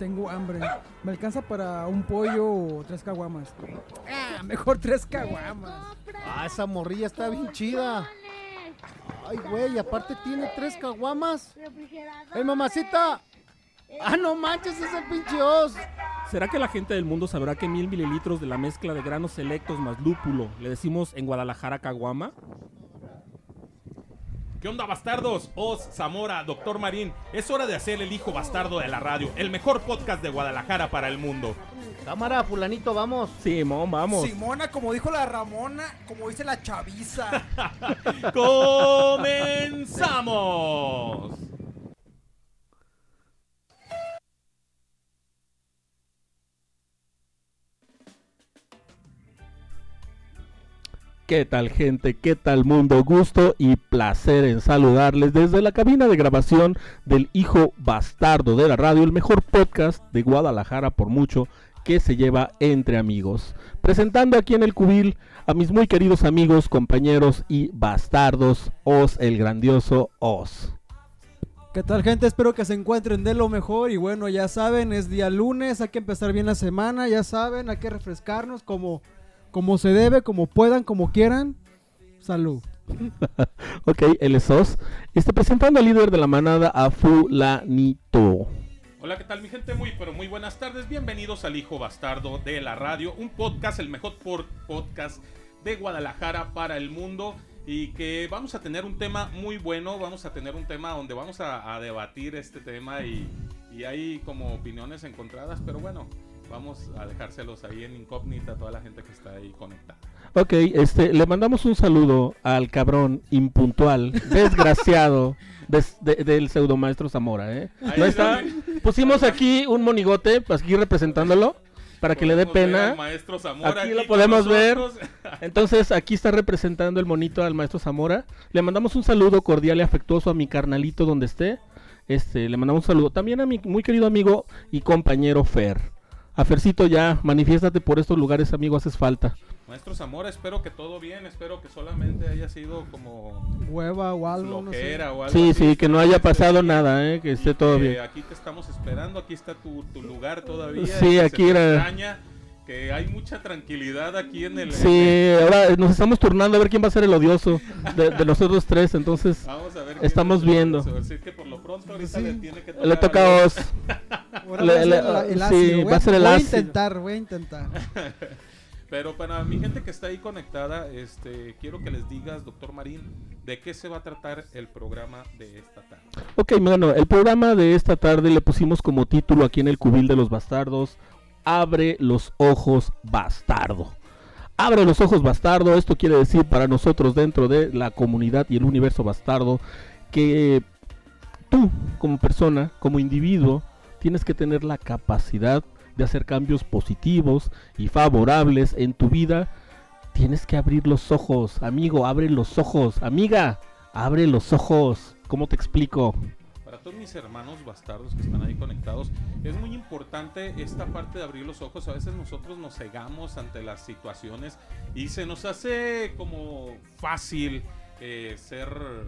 tengo hambre. ¿Me alcanza para un pollo o 3 caguamas? Mejor 3 caguamas. Esa morrilla está bien chida. Ay, güey, aparte tiene 3 caguamas. ¡Ey, mamacita! No manches, es el pinche Oz. ¿Será que la gente del mundo sabrá que 1000 mililitros de la mezcla de granos selectos más lúpulo le decimos en Guadalajara caguama? ¿Qué onda, bastardos? Oz, Zamora, Doctor Marín. Es hora de hacer el hijo bastardo de la radio, el mejor podcast de Guadalajara para el mundo. Cámara, fulanito, vamos. Simón, vamos. Simona, como dijo la Ramona, como dice la chaviza. ¡Comenzamos! ¿Qué tal, gente? ¿Qué tal, mundo? Gusto y placer en saludarles desde la cabina de grabación del hijo bastardo de la radio, el mejor podcast de Guadalajara por mucho, que se lleva entre amigos. Presentando aquí en el cubil a mis muy queridos amigos, compañeros y bastardos, Oz, el grandioso Oz. ¿Qué tal, gente? Espero que se encuentren de lo mejor. Y bueno, ya saben, es día lunes, hay que empezar bien la semana, ya saben, hay que refrescarnos como se debe, como puedan, como quieran. Salud. Ok, él es Oz. Presentando al líder de la manada, a Fulanito. Hola, ¿qué tal, mi gente? Muy buenas tardes. Bienvenidos al hijo bastardo de la radio, un podcast, el mejor podcast de Guadalajara para el mundo. Y que vamos a tener un tema muy bueno, vamos a tener un tema donde vamos a debatir este tema y hay como opiniones encontradas, pero bueno, vamos a dejárselos ahí en incógnita a toda la gente que está ahí conectada. Ok, le mandamos un saludo al cabrón impuntual, desgraciado del pseudo maestro Zamora, ¿eh? ¿No está? Pusimos aquí un monigote, aquí representándolo, para que le dé pena. Maestro Zamora, aquí lo podemos ver. Entonces aquí está representando el monito al maestro Zamora. Le mandamos un saludo cordial y afectuoso a mi carnalito donde esté. Le mandamos un saludo también a mi muy querido amigo y compañero Fer. A Fercito, ya, manifiéstate por estos lugares, amigo, haces falta. Maestro Zamora, espero que todo bien, espero que solamente haya sido como hueva o algo, flojera, no sé. o algo sí, así. Sí, que no haya pasado nada, que esté todo bien. Aquí te estamos esperando, aquí está tu lugar todavía. Sí, aquí era. Extraña, que hay mucha tranquilidad aquí en el... Sí, ahora nos estamos turnando a ver quién va a ser el odioso de nosotros tres, entonces vamos a ver estamos viendo. Así que por lo pronto ahorita sí. le toca a Oz. Sí, va a ser el ácido. Voy a intentar. Pero para mi gente que está ahí conectada, quiero que les digas, doctor Marín, ¿de qué se va a tratar el programa de esta tarde? Ok, bueno, el programa de esta tarde le pusimos como título aquí en el cubil de los bastardos: Abre los ojos, bastardo. Abre los ojos, bastardo. Esto quiere decir para nosotros dentro de la comunidad y el universo bastardo que tú, como persona, como individuo, tienes que tener la capacidad de hacer cambios positivos y favorables en tu vida. Tienes que abrir los ojos, amigo, abre los ojos, amiga, abre los ojos. ¿Cómo te explico? Para todos mis hermanos bastardos que están ahí conectados, es muy importante esta parte de abrir los ojos. A veces nosotros nos cegamos ante las situaciones y se nos hace como fácil ser,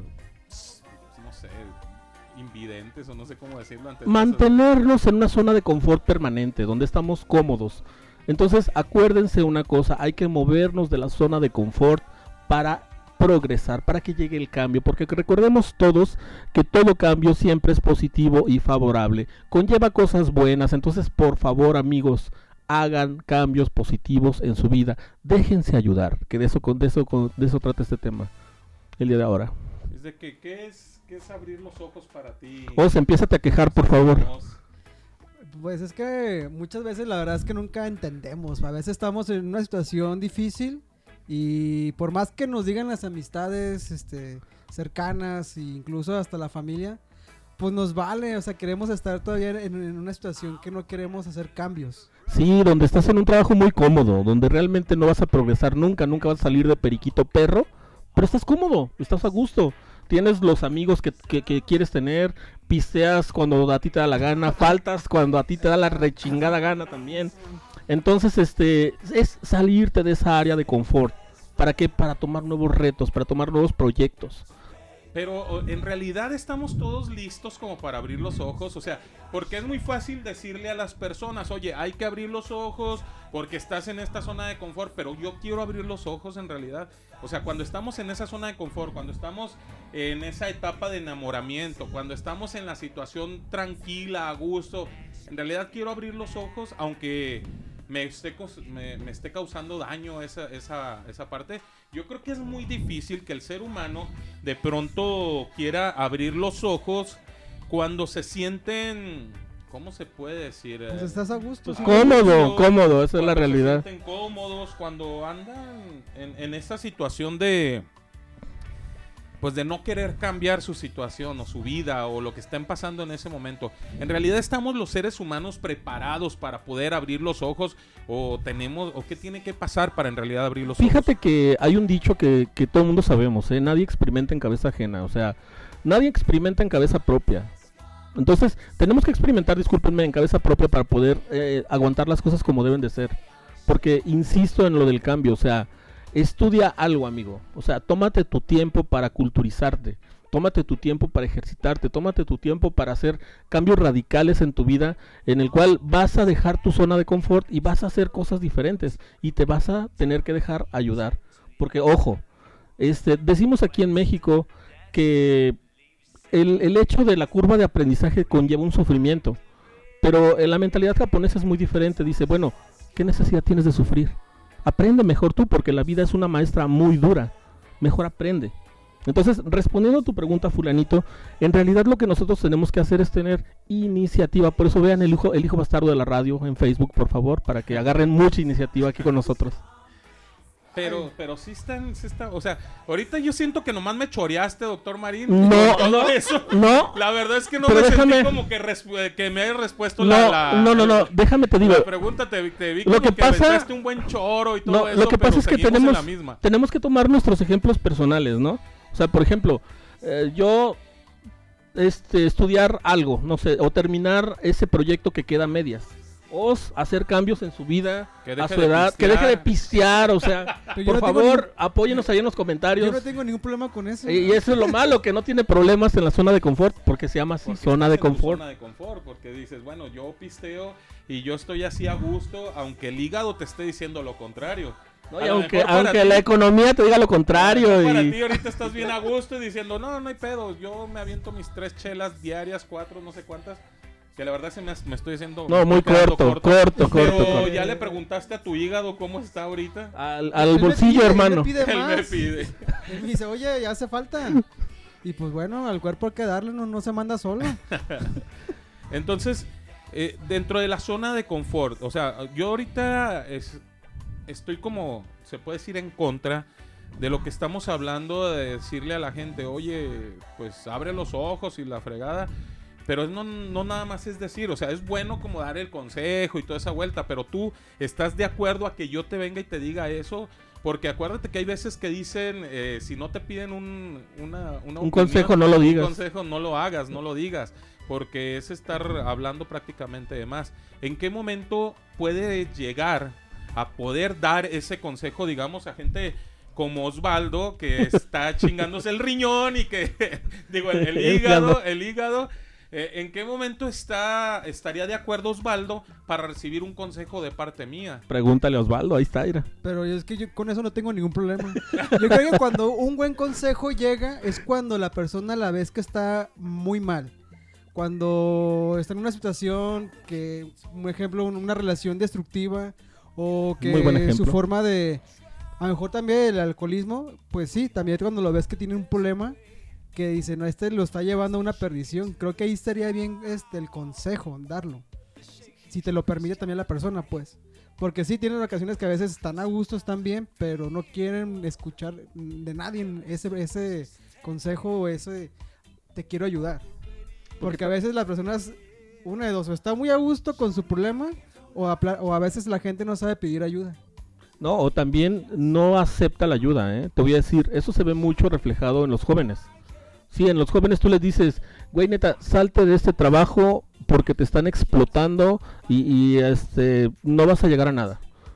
no sé, invidentes o no sé cómo decirlo. Mantenernos en una zona de confort permanente, donde estamos cómodos. Entonces, acuérdense una cosa, hay que movernos de la zona de confort para progresar, para que llegue el cambio, porque recordemos todos que todo cambio siempre es positivo y favorable, conlleva cosas buenas. Entonces, por favor, amigos, hagan cambios positivos en su vida, déjense ayudar, que de eso trata este tema el día de ahora. Es de que, ¿qué es abrir los ojos para ti? Oz, empiézate a quejar, por favor. Pues es que muchas veces la verdad es que nunca entendemos. A veces estamos en una situación difícil y por más que nos digan las amistades cercanas e incluso hasta la familia, pues nos vale, o sea, queremos estar todavía en una situación que no queremos hacer cambios. Sí, donde estás en un trabajo muy cómodo, donde realmente no vas a progresar nunca vas a salir de periquito perro, pero estás cómodo, estás a gusto. Tienes los amigos que quieres tener, pisteas cuando a ti te da la gana, faltas cuando a ti te da la rechingada gana también. Entonces, es salirte de esa área de confort. ¿Para qué? Para tomar nuevos retos, para tomar nuevos proyectos. Pero en realidad estamos todos listos como para abrir los ojos, o sea, porque es muy fácil decirle a las personas, oye, hay que abrir los ojos porque estás en esta zona de confort, pero yo quiero abrir los ojos en realidad. O sea, cuando estamos en esa zona de confort, cuando estamos en esa etapa de enamoramiento, cuando estamos en la situación tranquila, a gusto, en realidad quiero abrir los ojos, aunque me esté causando daño esa parte. Yo creo que es muy difícil que el ser humano de pronto quiera abrir los ojos cuando se sienten, ¿cómo se puede decir? Pues estás a gusto. Pues cómodo, esa es la Cuando realidad. se sienten cómodos, cuando andan en esa situación de, pues de no querer cambiar su situación o su vida o lo que estén pasando en ese momento. En realidad estamos los seres humanos preparados para poder abrir los ojos o qué tiene que pasar para en realidad abrir los ojos. Fíjate que hay un dicho que todo el mundo sabemos, nadie experimenta en cabeza ajena, o sea, nadie experimenta en cabeza propia. Entonces, tenemos que experimentar, discúlpenme, en cabeza propia para poder aguantar las cosas como deben de ser. Porque insisto en lo del cambio, o sea, estudia algo, amigo. O sea, tómate tu tiempo para culturizarte. Tómate tu tiempo para ejercitarte. Tómate tu tiempo para hacer cambios radicales en tu vida, en el cual vas a dejar tu zona de confort y vas a hacer cosas diferentes. Y te vas a tener que dejar ayudar. Porque, ojo, decimos aquí en México que el hecho de la curva de aprendizaje conlleva un sufrimiento. Pero en la mentalidad japonesa es muy diferente. Dice, bueno, ¿qué necesidad tienes de sufrir? Aprende mejor tú, porque la vida es una maestra muy dura. Mejor aprende. Entonces, respondiendo a tu pregunta, fulanito, en realidad lo que nosotros tenemos que hacer es tener iniciativa. Por eso vean el hijo bastardo de la radio en Facebook, por favor, para que agarren mucha iniciativa aquí con nosotros. Pero sí están, o sea, ahorita yo siento que nomás me choreaste, doctor Marín. No, eso. No. La verdad es que no Pero me déjame, sentí como que me hayas respuesto No, déjame te digo. La pregunta te vi lo como que pasa, aventaste un buen choro y todo eso, lo que pasa es que tenemos tenemos que tomar nuestros ejemplos personales, ¿no? O sea, por ejemplo, yo estudiar algo, no sé, o terminar ese proyecto que queda a medias. O hacer cambios en su vida, a su edad, que deje de pistear, o sea, por favor, apóyenos ahí en los comentarios. Yo no tengo ningún problema con eso. Y eso es lo malo, que no tiene problemas en la zona de confort, porque se llama así, porque zona de confort. Zona de confort, porque dices, bueno, yo pisteo y yo estoy así a gusto, aunque el hígado te esté diciendo lo contrario. No, y aunque la economía te diga lo contrario. Para ti ahorita estás bien a gusto y diciendo, no hay pedo, yo me aviento mis 3 chelas diarias, 4, no sé cuántas. Que la verdad me estoy diciendo... No, muy corto. Pero ya le preguntaste a tu hígado cómo está ahorita. Al bolsillo, hermano. Él me pide. Él me dice, oye, ya hace falta. Y pues bueno, al cuerpo hay que darle, no se manda solo. Entonces, dentro de la zona de confort, o sea, yo ahorita estoy como, se puede decir, en contra de lo que estamos hablando, de decirle a la gente, oye, pues abre los ojos y la fregada. Pero no nada más es decir, o sea, es bueno como dar el consejo y toda esa vuelta, pero tú estás de acuerdo a que yo te venga y te diga eso, porque acuérdate que hay veces que dicen, si no te piden un consejo, no lo digas. Un consejo, no lo hagas, no lo digas, porque es estar hablando prácticamente de más. ¿En qué momento puede llegar a poder dar ese consejo, digamos, a gente como Osvaldo, que está chingándose el riñón y que, digo, el hígado? ¿En qué momento estaría de acuerdo Osvaldo para recibir un consejo de parte mía? Pregúntale a Osvaldo, ahí está, Ira. Pero es que yo con eso no tengo ningún problema. Yo creo que cuando un buen consejo llega es cuando la persona la ves que está muy mal. Cuando está en una situación que, por ejemplo, una relación destructiva o que su forma de... A lo mejor también el alcoholismo, pues sí, también cuando lo ves que tiene un problema... que dice, no, lo está llevando a una perdición. Creo que ahí estaría bien el consejo, darlo. Si te lo permite también la persona, pues. Porque sí, tienen ocasiones que a veces están a gusto, están bien, pero no quieren escuchar de nadie ese consejo o ese te quiero ayudar. Porque a veces las personas, una de dos, o está muy a gusto con su problema, o a veces la gente no sabe pedir ayuda. No, o también no acepta la ayuda, ¿eh? Te voy a decir, eso se ve mucho reflejado en los jóvenes. Sí, en los jóvenes tú les dices, güey, neta, salte de este trabajo porque te están explotando y no vas a llegar a nada.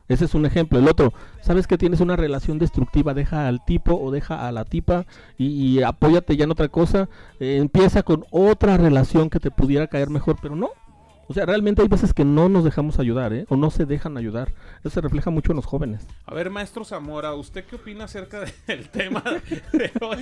Ese es un ejemplo. El otro, sabes que tienes una relación destructiva, deja al tipo o deja a la tipa y apóyate ya en otra cosa, empieza con otra relación que te pudiera caer mejor, pero no. O sea, realmente hay veces que no nos dejamos ayudar, o no se dejan ayudar. Eso se refleja mucho en los jóvenes. A ver, maestro Zamora, ¿usted qué opina acerca del tema de hoy?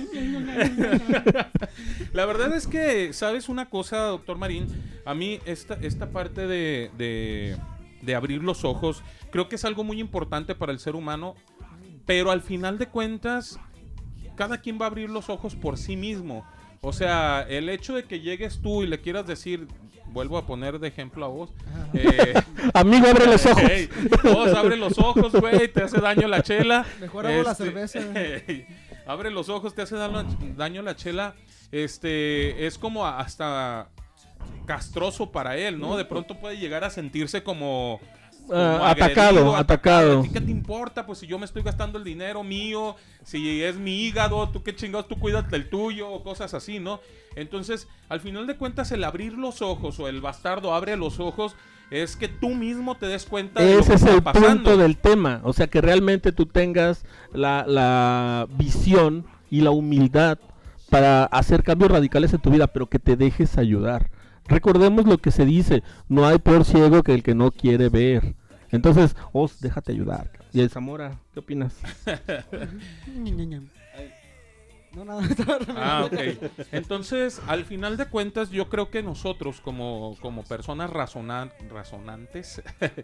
La verdad es que, ¿sabes una cosa, doctor Marín? A mí esta parte de abrir los ojos, creo que es algo muy importante para el ser humano, pero al final de cuentas, cada quien va a abrir los ojos por sí mismo. O sea, el hecho de que llegues tú y le quieras decir, vuelvo a poner de ejemplo a vos, amigo, abre los ojos. Hey, vos abre los ojos, güey, te hace daño la chela. Mejor hago la cerveza. Abre los ojos, te hace daño la chela. Es como hasta castroso para él, ¿no? De pronto puede llegar a sentirse como atacado. ¿A ti qué te importa? Pues si yo me estoy gastando el dinero mío, si es mi hígado, tú qué chingados, tú cuídate el tuyo, o cosas así, ¿no? Entonces, al final de cuentas, el abrir los ojos o el bastardo abre los ojos es que tú mismo te des cuenta de lo que está pasando. Ese es el punto del tema, o sea, que realmente tú tengas la visión y la humildad para hacer cambios radicales en tu vida, pero que te dejes ayudar. Recordemos lo que se dice, no hay peor ciego que el que no quiere ver. Entonces, déjate ayudar. Y el Zamora, ¿qué opinas? No, nada. Ok. Entonces, al final de cuentas, yo creo que nosotros como personas razonables,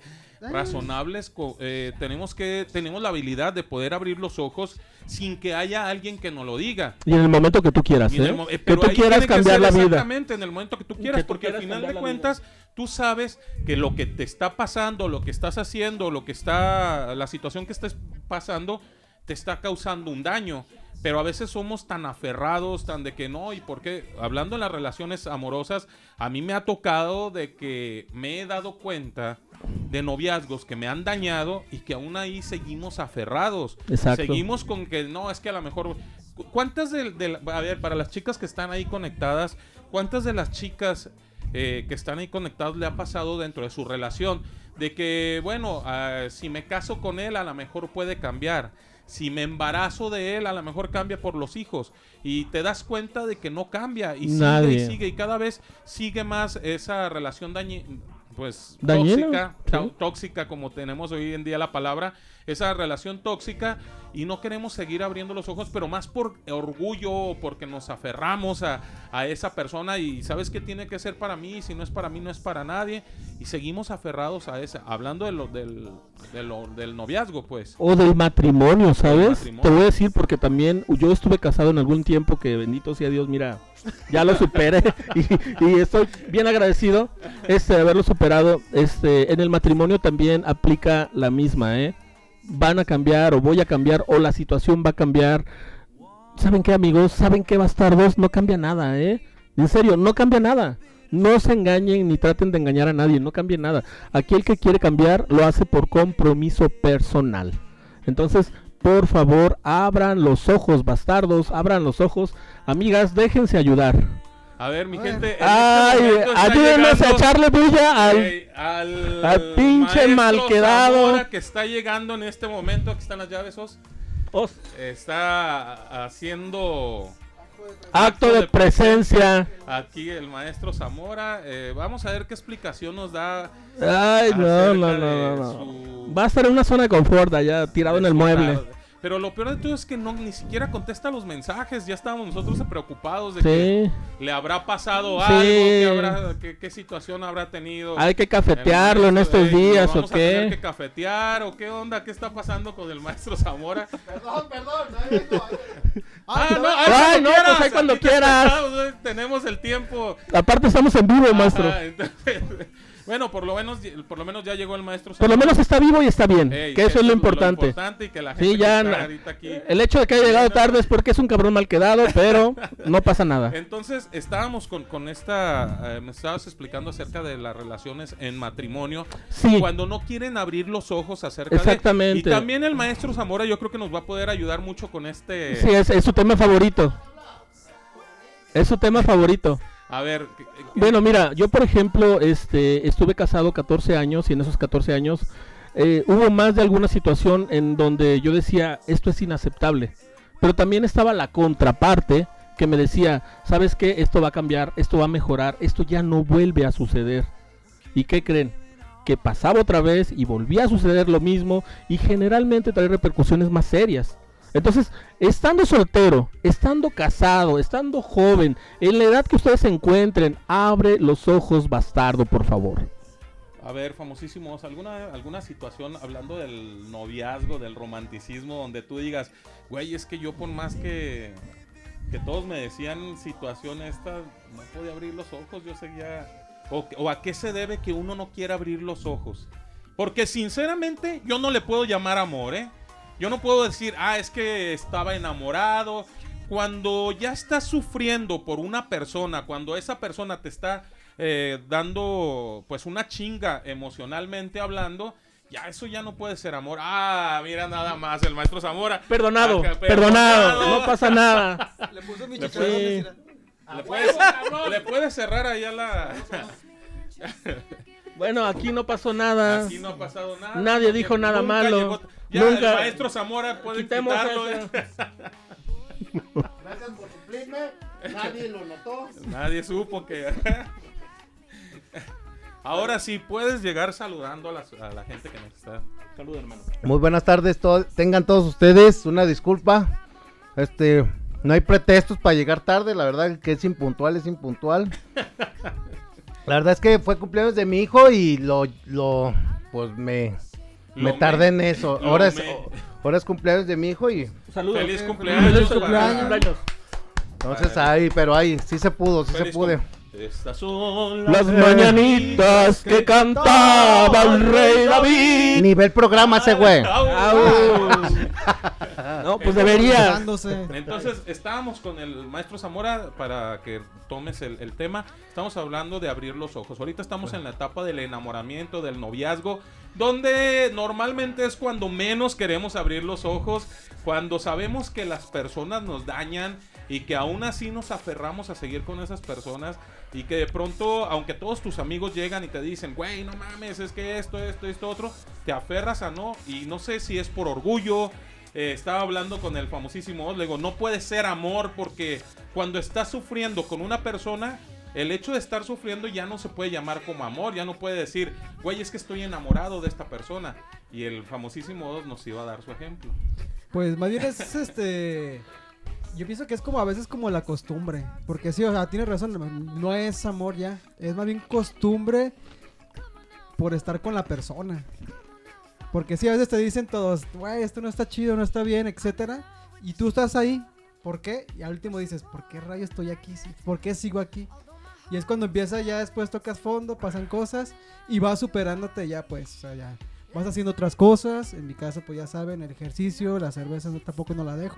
tenemos la habilidad de poder abrir los ojos sin que haya alguien que nos lo diga. Y en el momento que tú quieras, que tú quieras cambiar la vida. Exactamente, en el momento que tú quieras, porque al final de cuentas, tú sabes que lo que te está pasando, lo que estás haciendo, la situación que estés pasando, te está causando un daño. Pero a veces somos tan aferrados, tan de que no, y porque hablando en las relaciones amorosas, a mí me ha tocado de que me he dado cuenta de noviazgos que me han dañado y que aún ahí seguimos aferrados. Exacto. Seguimos con que no, es que a lo mejor... ¿Cuántas a ver, para las chicas que están ahí conectadas, cuántas de las chicas que están ahí conectadas le ha pasado dentro de su relación? De que, bueno, si me caso con él, a lo mejor puede cambiar. Si me embarazo de él, a lo mejor cambia por los hijos. Y te das cuenta de que no cambia. Y sigue. Y cada vez sigue más esa relación tóxica, como tenemos hoy en día la palabra. Esa relación tóxica. Y no queremos seguir abriendo los ojos, pero más por orgullo o porque nos aferramos a esa persona. Y ¿sabes qué tiene que ser para mí? Si no es para mí, no es para nadie. Y seguimos aferrados a esa. Hablando del noviazgo, pues. O del matrimonio, ¿sabes? Te voy a decir porque también yo estuve casado en algún tiempo que bendito sea Dios, mira, ya lo superé y estoy bien agradecido de haberlo superado. En el matrimonio también aplica la misma, van a cambiar o voy a cambiar o la situación va a cambiar. ¿Saben qué, amigos? ¿Saben qué, bastardos? No cambia nada, En serio, no cambia nada. No se engañen ni traten de engañar a nadie, no cambie nada. Aquí el que quiere cambiar lo hace por compromiso personal. Entonces, por favor, abran los ojos, bastardos, abran los ojos. Amigas, déjense ayudar. A ver, mi gente. Ayúdenos a echarle bulla al pinche malquedado Zamora que está llegando en este momento. Aquí están las llaves, está haciendo acto de presencia. Aquí el maestro Zamora. Vamos a ver qué explicación nos da. Ay, no. Va a estar en una zona de confort allá, tirado en el mueble. Pero lo peor de todo es que ni siquiera contesta los mensajes. Ya estábamos nosotros preocupados de que le habrá pasado algo, qué situación habrá tenido. Hay que cafetearlo en estos días, ¿o qué? ¿Vamos a tener que cafetear o qué onda? ¿Qué está pasando con el maestro Zamora? Perdón. Pues ahí cuando quieras. Tenemos el tiempo. Aparte estamos en vivo, maestro. Entonces, bueno, por lo menos ya llegó el maestro Zamora. Por lo menos está vivo y está bien, que eso es lo importante. Y que la gente ahorita aquí... El hecho de que haya llegado tarde es porque es un cabrón mal quedado, pero no pasa nada. Entonces, estábamos con esta... me estabas explicando acerca de las relaciones en matrimonio. Sí. Cuando no quieren abrir los ojos acerca Exactamente. Y también el maestro Zamora yo creo que nos va a poder ayudar mucho con este... Sí, es su tema favorito. Es su tema favorito. A ver... Bueno, mira, yo por ejemplo estuve casado 14 años y en esos 14 años hubo más de alguna situación en donde yo decía, esto es inaceptable. Pero también estaba la contraparte que me decía, ¿sabes qué? Esto va a cambiar, esto va a mejorar, esto ya no vuelve a suceder. ¿Y qué creen? Que pasaba otra vez y volvía a suceder lo mismo y generalmente trae repercusiones más serias. Entonces, estando soltero, estando casado, estando joven, en la edad que ustedes se encuentren, abre los ojos, bastardo, por favor. A ver, famosísimos, ¿alguna situación hablando del noviazgo, del romanticismo, donde tú digas, güey, es que yo por más que todos me decían situación esta, no podía abrir los ojos, yo seguía... O a qué se debe que uno no quiera abrir los ojos? Porque sinceramente yo no le puedo llamar amor, ¿eh? Yo no puedo decir, es que estaba enamorado. Cuando ya estás sufriendo por una persona, cuando esa persona te está dando pues una chinga emocionalmente hablando, ya eso ya no puede ser amor. Mira nada más el maestro Zamora. Perdonado, no pasa nada. Le puso mi Le chicharrón. puede- Le puedes cerrar ahí a la... Bueno, aquí no pasó nada. Aquí no ha pasado nada. Nadie dijo nada Nunca malo. llegó- Ya Nunca- el maestro Zamora puede Quitemos quitarlo. eso. Gracias por suplirme. Nadie lo notó. Nadie supo que... Ahora sí, puedes llegar saludando a la gente que nos está... Salud, hermano. Muy buenas tardes, tengan todos ustedes una disculpa. No hay pretextos para llegar tarde, la verdad que es impuntual. La verdad es que fue cumpleaños de mi hijo y me tardé en eso. Ahora es cumpleaños de mi hijo y Saludos. Feliz cumpleaños. Feliz cumpleaños. entonces sí se pudo, sí se pude. Estas son Las mañanitas que cantaba el rey David. Nivel programa ese güey. No, pues debería. Dándose. Entonces, estábamos con el maestro Zamora para que tomes el tema. Estamos hablando de abrir los ojos. Ahorita estamos en la etapa del enamoramiento, del noviazgo, donde normalmente es cuando menos queremos abrir los ojos, cuando sabemos que las personas nos dañan y que aún así nos aferramos a seguir con esas personas y que de pronto, aunque todos tus amigos llegan y te dicen, güey, no mames, es que esto, otro, te aferras a no, y no sé si es por orgullo. Estaba hablando con el famosísimo Oz, le digo, no puede ser amor porque cuando estás sufriendo con una persona, el hecho de estar sufriendo ya no se puede llamar como amor, ya no puede decir, güey, es que estoy enamorado de esta persona. Y el famosísimo Oz nos iba a dar su ejemplo. Pues más bien es yo pienso que es como a veces como la costumbre. Porque sí, o sea, tienes razón, no es amor ya. Es más bien costumbre por estar con la persona. Porque sí, a veces te dicen todos, güey, esto no está chido, no está bien, etcétera. Y tú estás ahí, ¿por qué? Y al último dices, ¿por qué rayos estoy aquí? ¿Por qué sigo aquí? Y es cuando empieza ya después tocas fondo, pasan cosas y vas superándote ya pues, o sea, ya vas haciendo otras cosas. En mi caso pues ya saben, el ejercicio, la cerveza tampoco no la dejo.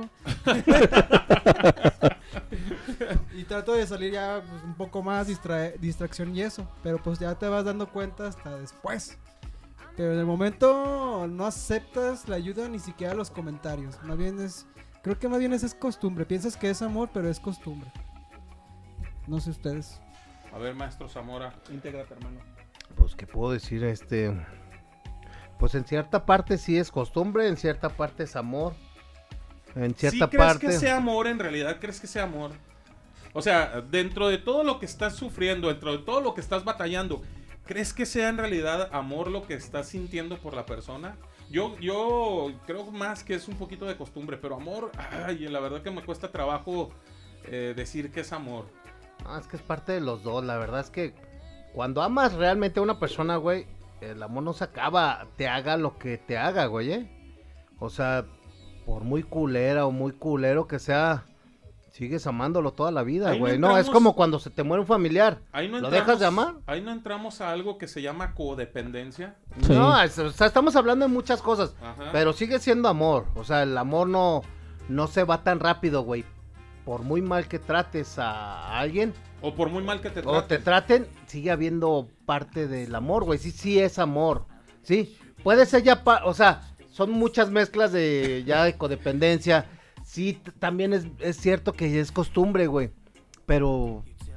Y trato de salir ya pues, un poco más distracción y eso, pero pues ya te vas dando cuenta hasta después. Pero en el momento no aceptas la ayuda ni siquiera los comentarios. Más bien creo que más bien es costumbre. Piensas que es amor, pero es costumbre. No sé ustedes. A ver, maestro Zamora. Intégrate, hermano. Pues, ¿qué puedo decir? Pues en cierta parte sí es costumbre, en cierta parte es amor. En cierta ¿Sí crees parte... que sea amor en realidad? ¿Crees que sea amor? O sea, dentro de todo lo que estás sufriendo, dentro de todo lo que estás batallando, ¿crees que sea en realidad amor lo que estás sintiendo por la persona? Yo creo más que es un poquito de costumbre, pero amor, la verdad que me cuesta trabajo decir que es amor. No, es que es parte de los dos, la verdad es que cuando amas realmente a una persona, güey, el amor no se acaba, te haga lo que te haga, güey, O sea, por muy culera o muy culero que sea, sigues amándolo toda la vida, Ahí no güey. No, es entramos- como cuando se te muere un familiar. Ahí no ¿Lo entramos- dejas de amar? Ahí no entramos a algo que se llama codependencia. Sí. No, o sea, estamos hablando de muchas cosas, Ajá. pero sigue siendo amor. O sea, el amor no se va tan rápido, güey. Por muy mal que trates a alguien O por muy mal que te o te traten. traten, sigue habiendo parte del amor, güey. Sí es amor. Sí, puede ser ya, o sea, son muchas mezclas de codependencia. Sí, también es cierto que es costumbre, güey. Pero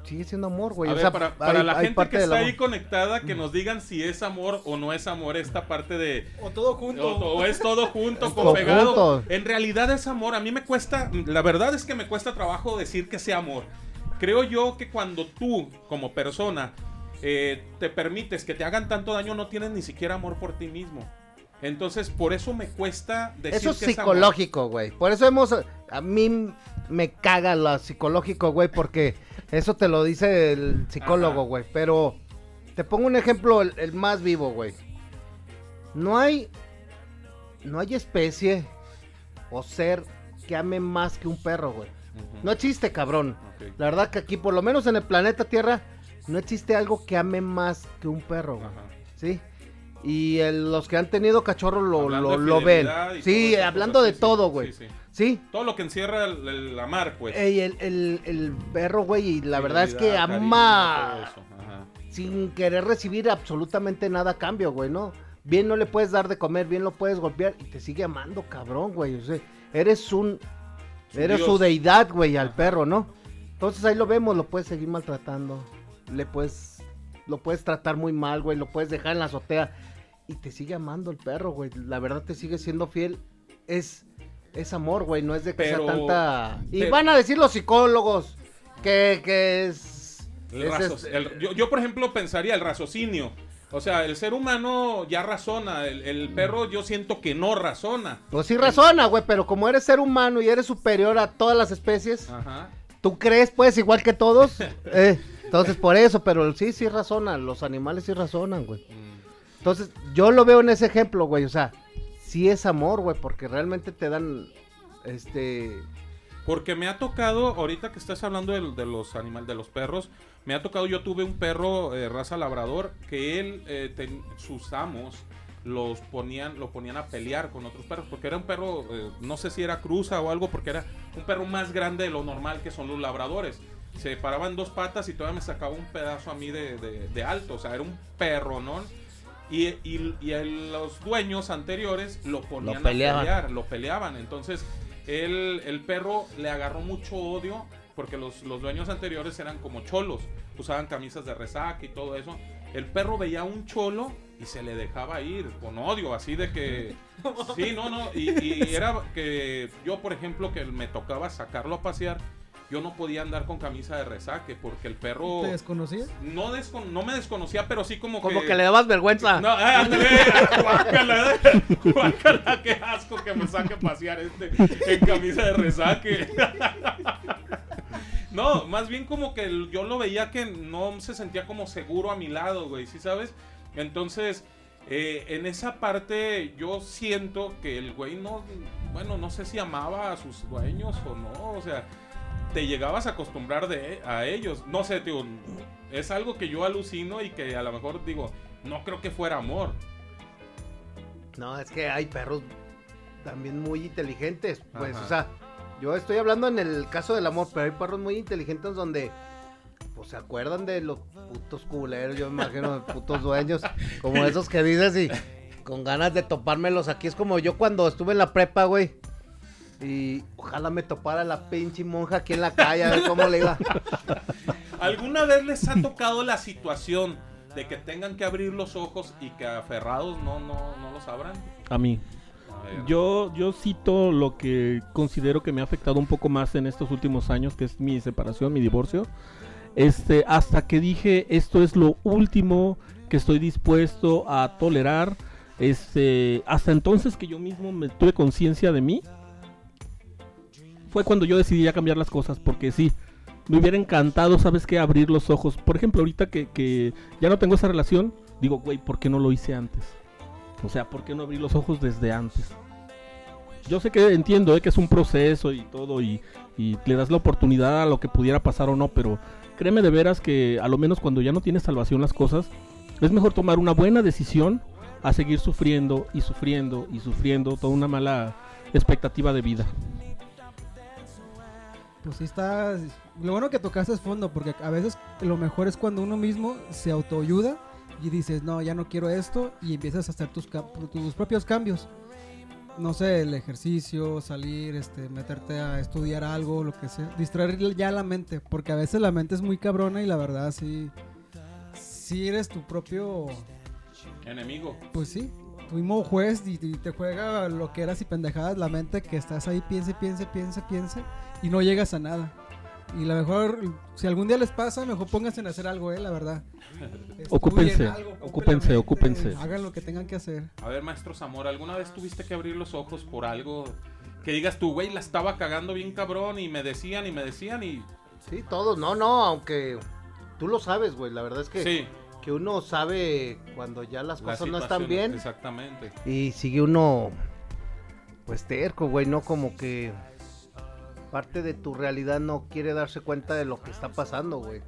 sigue siendo amor, güey. A O ver, sea, para la hay gente parte que del está amor. ahí conectada, que nos digan si es amor o no es amor esta parte de... O todo junto. O es todo junto, Es con todo pegado. junto. En realidad es amor. A mí me cuesta, la verdad es que me cuesta trabajo decir que sea amor. Creo yo que cuando tú, como persona, te permites que te hagan tanto daño, no tienes ni siquiera amor por ti mismo. Entonces, por eso me cuesta decir Eso es que es amor. psicológico, güey. Por eso a mí me caga lo psicológico, güey, porque eso te lo dice el psicólogo, Ajá. güey. Pero te pongo un ejemplo, el más vivo, güey. No hay especie o ser que ame más que un perro, güey. Ujú. No existe, cabrón. Ok. La verdad que aquí, por lo menos en el planeta Tierra, no existe algo que ame más que un perro, güey. Ajá. ¿Sí? Y los que han tenido cachorros Hablando de lo ven. fidelidad y Sí, todas esas hablando cosas, de sí, todo, sí, güey. sí, sí. Sí. Todo lo que encierra el amar, pues. Ey, el perro, güey, y la verdad es que Fidelidad, cariño, ama todo eso. Ajá. sin querer recibir absolutamente nada a cambio, güey, ¿no? Bien no le puedes dar de comer, bien lo puedes golpear y te sigue amando, cabrón, güey. O sea, eres su Dios. deidad, güey, al Ajá. perro, ¿no? Entonces ahí lo vemos, lo puedes seguir maltratando, lo puedes tratar muy mal, güey, lo puedes dejar en la azotea y te sigue amando el perro, güey. La verdad te sigue siendo fiel. Es amor, güey, no es de que Pero- sea tanta... Y pero- van a decir los psicólogos que es... Yo, por ejemplo, pensaría el raciocinio. O sea, el ser humano ya razona. El perro yo siento que no razona. Pues sí razona, güey, pero como eres ser humano y eres superior a todas las especies, Ajá. ¿tú crees, pues, igual que todos? Entonces, por eso, pero sí razona, los animales sí razonan, güey. Entonces, yo lo veo en ese ejemplo, güey, o sea, sí es amor, güey, porque realmente te dan, Porque me ha tocado, ahorita que estás hablando de los animales, de los perros, me ha tocado, yo tuve un perro raza labrador que él, sus amos, lo ponían a pelear con otros perros, porque era un perro, no sé si era cruza o algo, porque era un perro más grande de lo normal que son los labradores. Se paraban dos patas y todavía me sacaba un pedazo a mí de alto, o sea, era un perro, ¿no? Y los dueños anteriores lo ponían a peleaban. pelear, lo peleaban. Entonces, el perro le agarró mucho odio porque los dueños anteriores eran como cholos, usaban camisas de resaca y todo eso. El perro veía a un cholo y se le dejaba ir con odio, así de que... Sí, no, y era que yo, por ejemplo, que me tocaba sacarlo a pasear, yo no podía andar con camisa de resaque porque el perro... ¿Te desconocía? No me desconocía, pero sí como que le dabas vergüenza. No, ándale, guácala, qué asco que me saque a pasear en camisa de resaque. No, más bien como que yo lo veía que no se sentía como seguro a mi lado, güey, ¿sí sabes? Entonces, en esa parte yo siento que el güey no sé si amaba a sus dueños o no, o sea, te llegabas a acostumbrar a ellos. No sé, tío, es algo que yo alucino y que a lo mejor digo, no creo que fuera amor. No, es que hay perros también muy inteligentes, pues, Ajá. o sea, yo estoy hablando en el caso del amor, pero hay perros muy inteligentes donde, pues, se acuerdan de los putos culeros, yo me imagino, de putos dueños, como esos que dices y con ganas de topármelos aquí. Es como yo cuando estuve en la prepa, güey, y ojalá me topara la pinche monja aquí en la calle, a ver cómo le iba. ¿Alguna vez les ha tocado la situación de que tengan que abrir los ojos y que aferrados no los abran? A mí. A ver. Yo cito lo que considero que me ha afectado un poco más en estos últimos años, que es mi separación, mi divorcio. Hasta que dije, esto es lo último que estoy dispuesto a tolerar. Hasta entonces que yo mismo me tuve conciencia de mí, fue cuando yo decidí ya cambiar las cosas, porque sí, me hubiera encantado, ¿sabes qué? Abrir los ojos. Por ejemplo, ahorita que ya no tengo esa relación, digo, güey, ¿por qué no lo hice antes? O sea, ¿por qué no abrí los ojos desde antes? Yo sé que entiendo que es un proceso y todo, y le das la oportunidad a lo que pudiera pasar o no, pero créeme de veras que a lo menos cuando ya no tienes salvación las cosas, es mejor tomar una buena decisión a seguir sufriendo y sufriendo y sufriendo toda una mala expectativa de vida. Pues sí está... Lo bueno que tocaste es fondo, porque a veces lo mejor es cuando uno mismo se autoayuda y dices, no, ya no quiero esto, y empiezas a hacer tus propios cambios. no sé, el ejercicio, salir, meterte a estudiar algo, lo que sea, distraer ya la mente, porque a veces la mente es muy cabrona y la verdad sí eres tu propio enemigo. Pues sí, tu mismo juez y te juega lo que eras y pendejadas la mente, que estás ahí piense y no llegas a nada. Y la mejor, si algún día les pasa, mejor pónganse en hacer algo, la verdad. Ocúpense, Algo, ocúpense, la ocúpense. mente, hagan lo que tengan que hacer. A ver, maestro Zamora, ¿alguna vez tuviste que abrir los ojos por algo que digas tú, güey, la estaba cagando bien cabrón y me decían y... Sí, todos, no, aunque tú lo sabes, güey, la verdad es que, Sí, que uno sabe cuando ya las la cosas no están situación, bien exactamente. y sigue uno, pues terco, güey, ¿no? Como que parte de tu realidad no quiere darse cuenta de lo que está pasando, güey.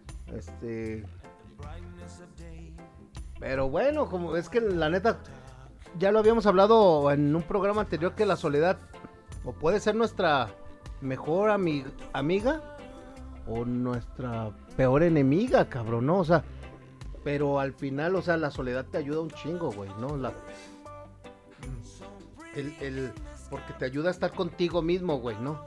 Pero bueno, como es que la neta, ya lo habíamos hablado en un programa anterior, que la soledad o puede ser nuestra mejor amiga o nuestra peor enemiga, cabrón, ¿no? O sea, pero al final, o sea, la soledad te ayuda un chingo, güey, ¿no? Porque te ayuda a estar contigo mismo, güey, ¿no?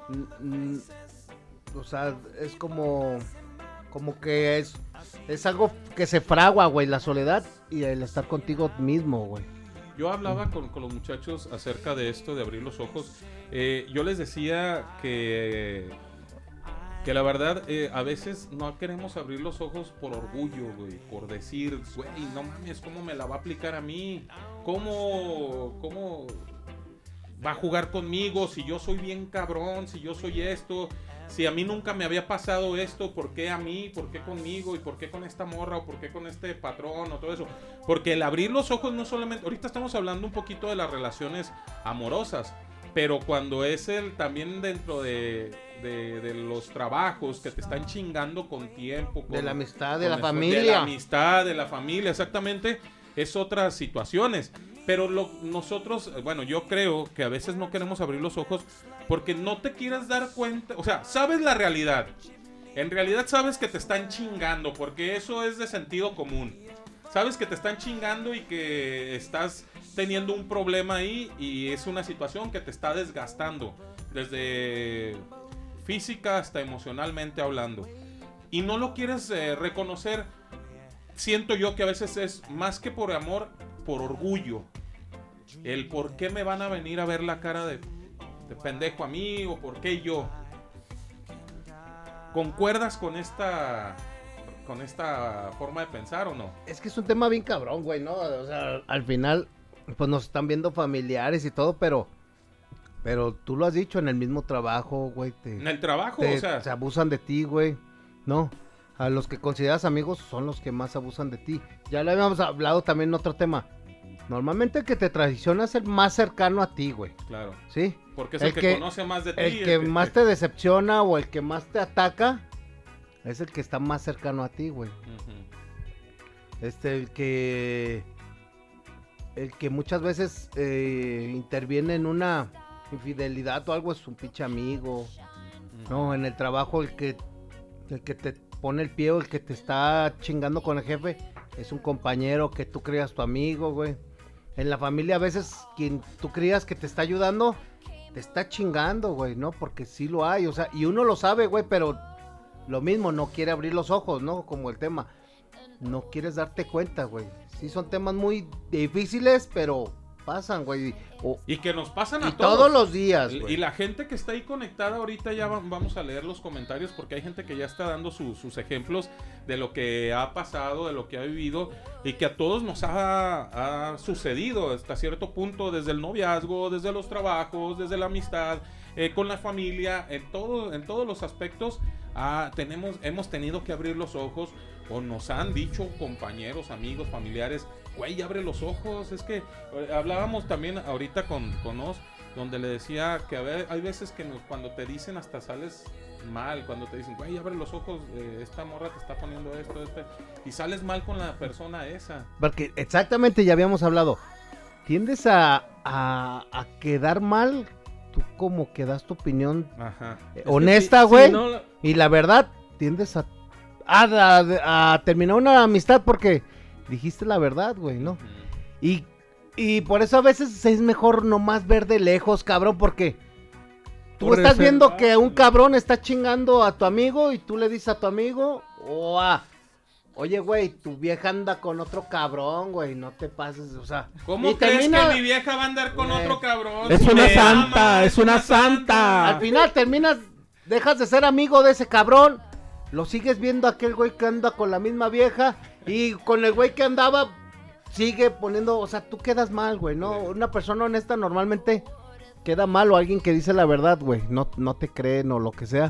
O sea, es como que es algo que se fragua, güey, la soledad y el estar contigo mismo, güey. Yo hablaba con los muchachos acerca de esto, de abrir los ojos. Yo les decía que la verdad, a veces no queremos abrir los ojos por orgullo, güey, por decir, güey, no mames, ¿cómo me la va a aplicar a mí? ¿Cómo va a jugar conmigo si yo soy bien cabrón, si yo soy esto? Si a mí nunca me había pasado esto, ¿por qué a mí? ¿Por qué conmigo? ¿Y por qué con esta morra? ¿O por qué con este patrón? O todo eso. Porque el abrir los ojos no solamente... Ahorita estamos hablando un poquito de las relaciones amorosas, pero cuando es también dentro de los trabajos que te están chingando con tiempo. De la amistad, de con la esfuerzo, familia. De la amistad, de la familia, exactamente. Es otras situaciones. Pero nosotros, bueno, yo creo que a veces no queremos abrir los ojos porque no te quieres dar cuenta. O sea, sabes la realidad. En realidad sabes que te están chingando, porque eso es de sentido común. Sabes que te están chingando y que estás teniendo un problema ahí y es una situación que te está desgastando, desde física hasta emocionalmente hablando. Y no lo quieres reconocer. Siento yo que a veces es más que por amor, por orgullo. El por qué me van a venir a ver la cara de pendejo a mí o por qué yo. ¿Concuerdas con esta forma de pensar o no? Es que es un tema bien cabrón, güey, ¿no? O sea, al final, pues nos están viendo familiares y todo, pero tú lo has dicho, en el mismo trabajo, güey. En el trabajo, o sea. Se abusan de ti, güey, ¿no? A los que consideras amigos son los que más abusan de ti. Ya lo habíamos hablado también en otro tema. Normalmente el que te traiciona es el más cercano a ti, güey. Claro. ¿Sí? Porque es el que conoce más de ti. El que más te decepciona o el que más te ataca es el que está más cercano a ti, güey. Uh-huh. El que muchas veces interviene en una infidelidad o algo es un pinche amigo. Uh-huh. No, en el trabajo el que te pone el pie o el que te está chingando con el jefe es un compañero que tú creas tu amigo, güey. En la familia a veces quien tú creas que te está ayudando te está chingando, güey, ¿no? Porque sí lo hay, o sea, y uno lo sabe, güey, pero lo mismo, no quiere abrir los ojos, ¿no? Como el tema, no quieres darte cuenta, güey. Sí son temas muy difíciles, pero pasan, güey. Y que nos pasan a todos los días, güey. Y la gente que está ahí conectada ahorita, ya vamos a leer los comentarios, porque hay gente que ya está dando sus ejemplos de lo que ha pasado, de lo que ha vivido, y que a todos nos ha sucedido hasta cierto punto, desde el noviazgo, desde los trabajos, desde la amistad, con la familia, en todos los aspectos. Hemos tenido que abrir los ojos, o nos han dicho compañeros, amigos, familiares, güey, abre los ojos. Es que hablábamos también ahorita con Oz, donde le decía que hay veces que cuando te dicen hasta sales mal, cuando te dicen, güey, abre los ojos, esta morra te está poniendo esto, y sales mal con la persona esa. Porque exactamente, ya habíamos hablado, tiendes a quedar mal, tú como que das tu opinión honesta, güey, sí, no... y la verdad, tiendes a terminar una amistad porque dijiste la verdad, güey, ¿no? Uh-huh. Y Y por eso a veces es mejor nomás ver de lejos, cabrón, porque tú Por estás eso- viendo que un cabrón está chingando a tu amigo y tú le dices a tu amigo, oye, güey, tu vieja anda con otro cabrón, güey, no te pases, o sea. ¿Cómo y crees termina- que mi vieja va a andar con Güey. otro cabrón? Es Si una me santa, ama, es una santa. Al final terminas, dejas de ser amigo de ese cabrón, lo sigues viendo a aquel güey que anda con la misma vieja y con el güey que andaba sigue poniendo, o sea, tú quedas mal, güey, ¿no? Una persona honesta normalmente queda mal o alguien que dice la verdad, güey, no te creen o lo que sea.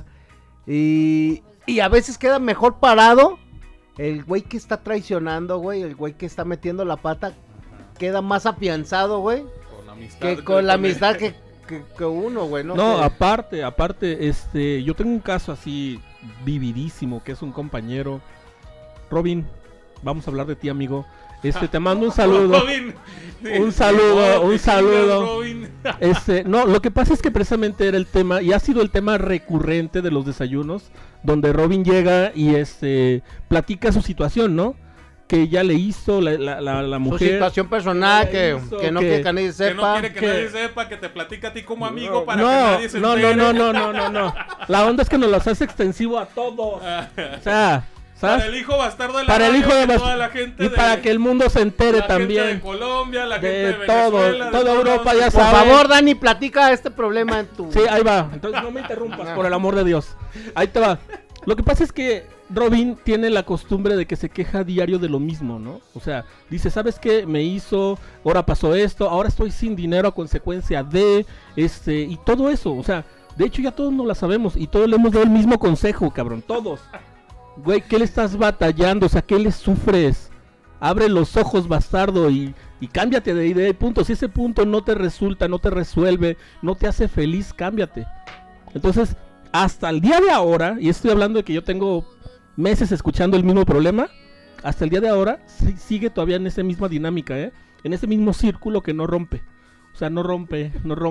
Y a veces queda mejor parado el güey que está traicionando, güey, el güey que está metiendo la pata, queda más afianzado, güey, Con amistad, que con la amistad que uno, güey, ¿no? No, Que- aparte, yo tengo un caso así vividísimo, que es un compañero. Robin, vamos a hablar de ti, amigo. Te mando un saludo. Robin. Un saludo, un te saludo. chingas, Robin. No, lo que pasa es que precisamente era el tema, y ha sido el tema recurrente de los desayunos, donde Robin llega y platica su situación, ¿no? Que ya le hizo la Su mujer. situación personal, Ya que hizo, no que- quiere que nadie Que sepa. no quiere que que- nadie sepa, que te platica a ti como amigo para que No, nadie se no, entere. no. La onda es que nos las hace extensivo a todos. O sea, ¿sabes? Para el hijo bastardo de la Para el radio, hijo de que Bast- toda la gente y para que el mundo se entere la gente de también. Colombia, la gente De de todo, Venezuela, de toda todos Europa lados. ya Por sabe. favor, Dani, platica este problema en tu... Sí, ahí va. Entonces no me interrumpas, por el amor de Dios. Ahí te va. Lo que pasa es que Robin tiene la costumbre de que se queja diario de lo mismo, ¿no? O sea, dice, ¿sabes qué? Me hizo, ahora pasó esto, ahora estoy sin dinero a consecuencia de, y todo eso. O sea, de hecho ya todos nos la sabemos y todos le hemos dado el mismo consejo, cabrón. Todos. Güey, ¿qué le estás batallando? O sea, ¿qué le sufres? Abre los ojos, bastardo, y cámbiate de idea y punto. Si ese punto no te resulta, no te resuelve, no te hace feliz, cámbiate. Entonces, hasta el día de ahora, y estoy hablando de que yo tengo meses escuchando el mismo problema, hasta el día de ahora sigue todavía en esa misma dinámica, en ese mismo círculo que no rompe. O sea, no rompe.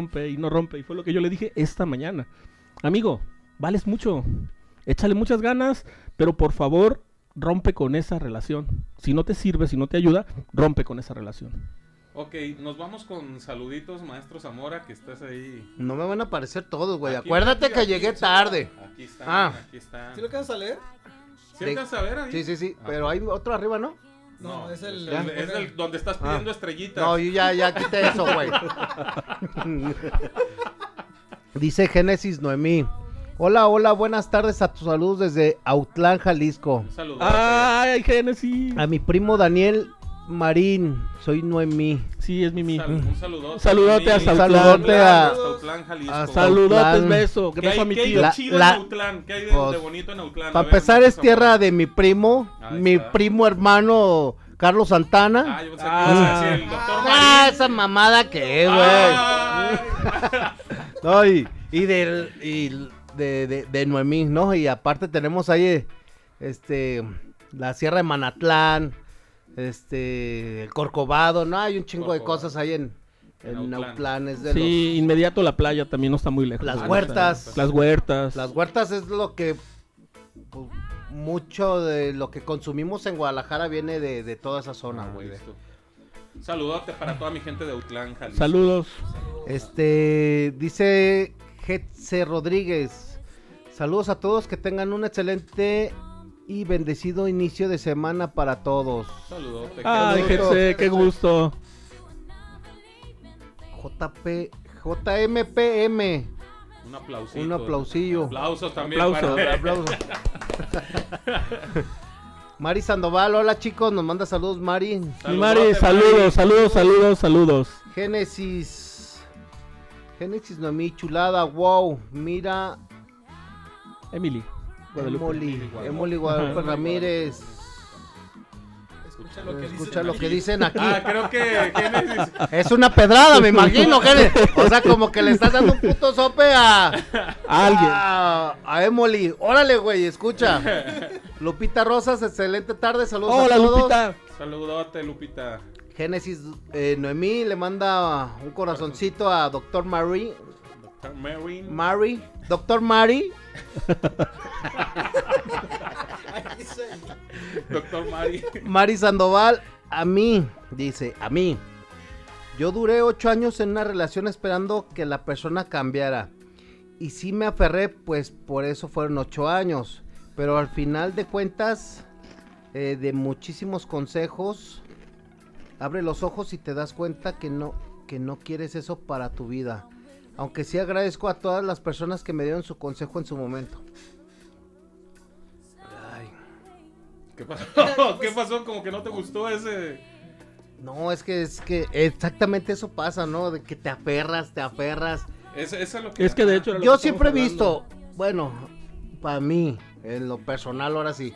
Y fue lo que yo le dije esta mañana. Amigo, vales mucho. Échale muchas ganas, pero por favor, rompe con esa relación. Si no te sirve, si no te ayuda, rompe con esa relación. Ok, nos vamos con saluditos, maestro Zamora, que estás ahí. No me van a aparecer todos, güey. Aquí, Acuérdate aquí, que aquí, llegué sí, tarde. Aquí está, Ah. aquí está. ¿Sí lo alcanzas a leer? ¿Sí alcanzas a ver ahí? Sí. Ah. Pero hay otro arriba, ¿no? No, es el... es el donde estás pidiendo estrellitas. No, yo ya quité eso, güey. Dice Génesis Noemí. Hola, buenas tardes a tus saludos desde Autlán, Jalisco. Un saludo. ¡Ay, Génesis! A mi primo Daniel Marín, soy Noemí. Sí, es Mimi. Un saludote. Saludote a Mimi. Saludote a- Hasta Autlán, Jalisco. hasta Saludotes, Autlán. beso. ¿Qué Beso a hay, mi qué hay tío. de La- chido la- en Autlán? ¿Qué hay de Pues, bonito en Autlán? A Para ver, empezar maestro es tierra Zamora. de mi primo, Ahí mi está. primo hermano Carlos Santana. Ah, yo pensé que ibas a decir el doctor Ah, Marín. esa mamada que es, güey. Ay. No, y de Noemí, ¿no? Y aparte tenemos ahí, la Sierra de Manatlán, el Corcovado, ¿no? Hay un chingo de Corcovado. cosas ahí en En Autlán, es de Sí, inmediato la playa también no está muy lejos. Las O sea, huertas. Las huertas. las huertas es lo que, pues, mucho de lo que consumimos en Guadalajara viene de toda esa zona, Ah, güey. listo. Un saludote para toda mi gente de Autlán, Jalisco. Saludos. Dice Getze Rodríguez. Saludos a todos, que tengan un excelente y bendecido inicio de semana para todos. Saludote. Ay, gusto. Jetse, qué gusto. JMPM. Un aplausito. Un aplausillo. Aplausos también. Aplauso. para- Aplausos. Mari Sandoval, hola chicos, nos manda saludos Mari. Mi Saludote, Mari, saludos. Génesis Noemí, chulada, wow, mira, Emily. Guadalupe. Emily Guadalupe Ajá. Ramírez. Escucha lo que Escucha lo que dicen aquí. Ah, creo que Génesis. Es una pedrada, me imagino, Génesis. O sea, como que le estás dando un puto sope a Alguien. a Emily. Órale, güey, escucha. Lupita Rosas, excelente tarde, saludos Hola, a todos. Lupita. Saludote, Lupita. Génesis Noemí le manda un corazoncito a Dr. Mary. Doctor Marin. Mary. Dr. Mary. Doctor Mari. Mari Sandoval. A mí, dice, a mí. Yo duré 8 años en una relación esperando que la persona cambiara. Y sí me aferré, pues por eso fueron 8 años. Pero al final de cuentas, de muchísimos consejos, abre los ojos y te das cuenta que no quieres eso para tu vida. Aunque sí agradezco a todas las personas que me dieron su consejo en su momento. Ay. ¿Qué pasó? ¿Qué pasó? Como que no te gustó ese... No, es que exactamente eso pasa, ¿no? De que te aferras. Eso es lo que... Es que de hecho... era lo Yo que siempre he estamos visto, bueno, para mí, en lo personal ahora sí,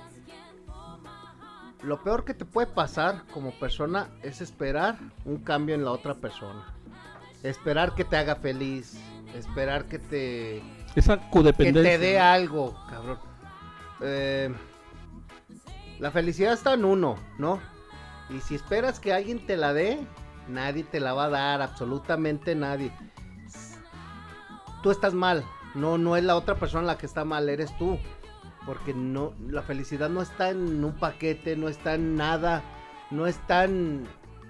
lo peor que te puede pasar como persona es esperar un cambio en la otra persona. Esperar que te haga feliz, esperar que te... Esa que codependencia. te dé algo, cabrón. La felicidad está en uno, ¿no? Y si esperas que alguien te la dé, nadie te la va a dar, absolutamente nadie. Tú estás mal, no es la otra persona la que está mal, eres tú. Porque no, la felicidad no está en un paquete, no está en nada, no está en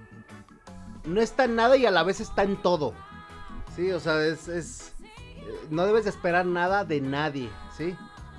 nada y a la vez está en todo. Sí, o sea, no debes de esperar nada de nadie, ¿sí?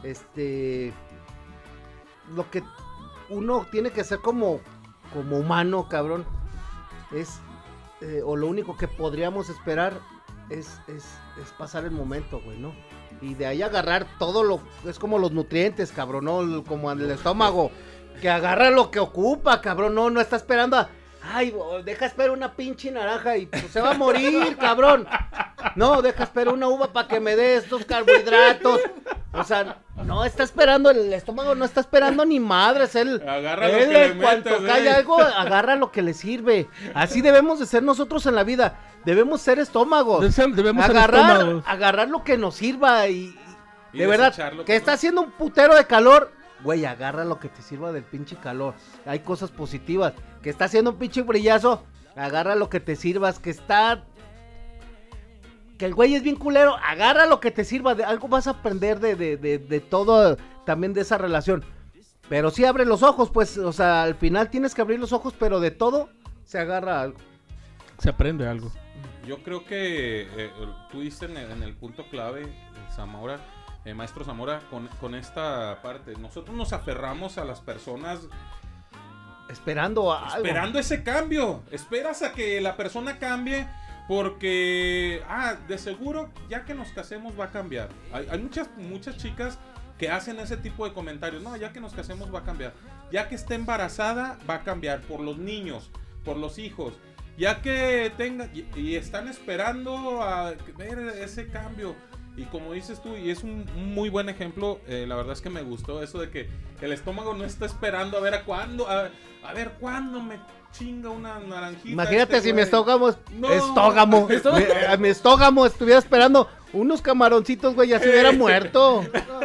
Lo que uno tiene que hacer como humano, cabrón, o lo único que podríamos esperar es pasar el momento, güey, ¿no? Y de ahí agarrar es como los nutrientes, cabrón, ¿no? Como el estómago, que agarra lo que ocupa, cabrón, no está esperando deja esperar una pinche naranja y pues se va a morir, cabrón. No, deja esperar una uva para que me dé estos carbohidratos. O sea, no está esperando, el estómago no está esperando ni madres, agarra lo que le cuanto metas, cae algo, agarra lo que le sirve. Así debemos de ser nosotros en la vida. Debemos ser estómagos. Debemos ser estómagos. Agarrar lo que nos sirva y de verdad, que que está haciendo un putero de calor. Güey, agarra lo que te sirva del pinche calor. Hay cosas positivas. Que está haciendo un pinche brillazo. Agarra lo que te sirvas. Que el güey es bien culero. Agarra lo que te sirva. Algo vas a aprender de todo. También de esa relación. Pero sí abre los ojos, pues. O sea, al final tienes que abrir los ojos. Pero de todo se agarra algo. Se aprende algo. Yo creo que tú diste en el punto clave, Zamora. Maestro Zamora, con esta parte, nosotros nos aferramos a las personas esperando ese cambio. Esperas a que la persona cambie porque de seguro ya que nos casemos va a cambiar. Hay muchas chicas que hacen ese tipo de comentarios. No, ya que nos casemos va a cambiar. Ya que esté embarazada va a cambiar por los niños, por los hijos. Ya que tenga y están esperando a ver ese cambio. Y como dices tú, y es un muy buen ejemplo, la verdad es que me gustó eso de que el estómago no está esperando a ver cuándo me chinga una naranjita. Imagínate si mi estómago No. mi estómago estuviera esperando unos camaroncitos, güey, ya se hubiera muerto.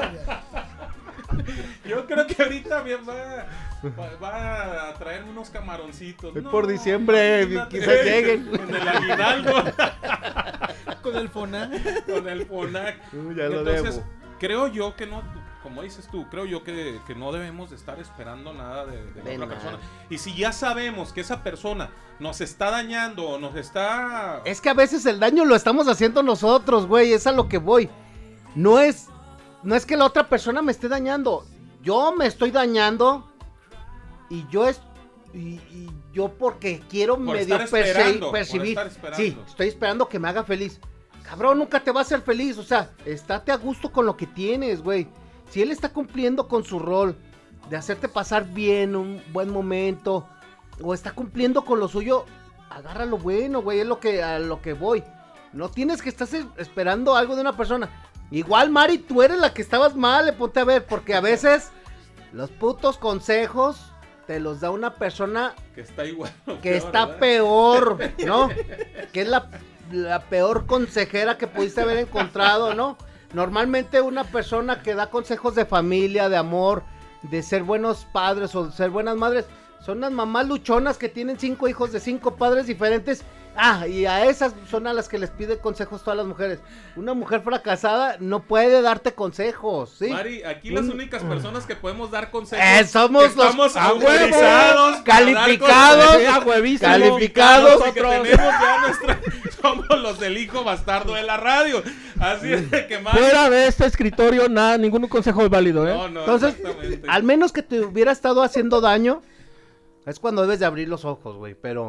Yo creo que ahorita bien va a traer unos camaroncitos. Por diciembre, quizás lleguen. En el aguinaldo. Con el FONAC. Con el FONAC. Ya lo Entonces, debo. creo yo que no, como dices tú, creo yo que no debemos de estar esperando nada de la otra persona. Y si ya sabemos que esa persona nos está dañando o nos está... Es que a veces el daño lo estamos haciendo nosotros, güey, es a lo que voy. No es que la otra persona me esté dañando. Yo me estoy dañando y yo porque quiero Por medio estar esperando, percibir. por estar esperando. Sí, estoy esperando que me haga feliz. Cabrón, nunca te va a hacer feliz, o sea, estate a gusto con lo que tienes, güey. Si él está cumpliendo con su rol de hacerte pasar bien un buen momento, o está cumpliendo con lo suyo, agarra lo bueno, güey, es a lo que voy. No tienes que estar esperando algo de una persona. Igual, Mari, tú eres la que estabas mal, ponte a ver, porque a veces los putos consejos te los da una persona Que está igual. que está peor, ¿no? Que es la peor consejera que pudiste haber encontrado, ¿no? Normalmente una persona que da consejos de familia, de amor, de ser buenos padres o de ser buenas madres, son las mamás luchonas que tienen 5 hijos de 5 padres diferentes. Y a esas son a las que les pide consejos todas las mujeres. Una mujer fracasada no puede darte consejos, ¿sí? Mari, aquí las únicas personas que podemos dar consejos somos que estamos los autorizados, calificados, calificados. Que tenemos ya somos los del hijo bastardo de la radio. Así es que Mari... Fuera de este escritorio, nada, ningún consejo es válido, ¿eh? No, entonces, al menos que te hubiera estado haciendo daño, es cuando debes de abrir los ojos, güey, pero...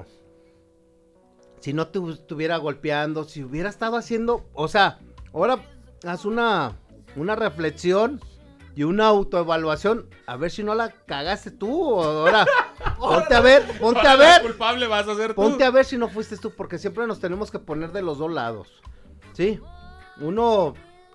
Si no te estuviera golpeando, si hubiera estado haciendo... O sea, ahora haz una reflexión y una autoevaluación. A ver si no la cagaste tú. O ahora, ponte a ver. Culpable vas a ser tú. Ponte a ver si no fuiste tú, porque siempre nos tenemos que poner de los dos lados. ¿Sí? Uno,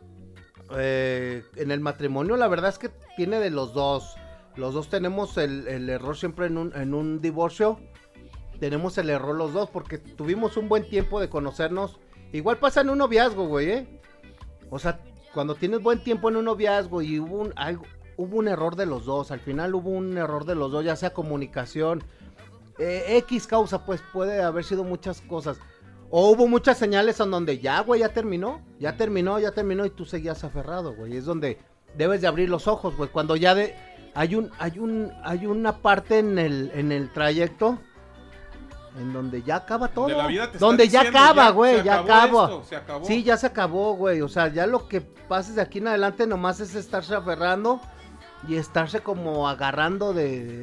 en el matrimonio, la verdad es que tiene de los dos. Los dos tenemos el error siempre en un divorcio. Tenemos el error los dos porque tuvimos un buen tiempo de conocernos. Igual pasa en un noviazgo, güey, O sea, cuando tienes buen tiempo en un noviazgo y hubo un error de los dos. Al final hubo un error de los dos, ya sea comunicación. X causa, pues puede haber sido muchas cosas. O hubo muchas señales en donde ya, güey, ya terminó y tú seguías aferrado, güey. Es donde debes de abrir los ojos, güey. Cuando ya hay una parte en el trayecto en donde ya acaba todo. De la vida te donde ya acaba, güey, ya acaba. Se acabó. Sí, ya se acabó, güey. O sea, ya lo que pases de aquí en adelante nomás es estarse aferrando y estarse como agarrando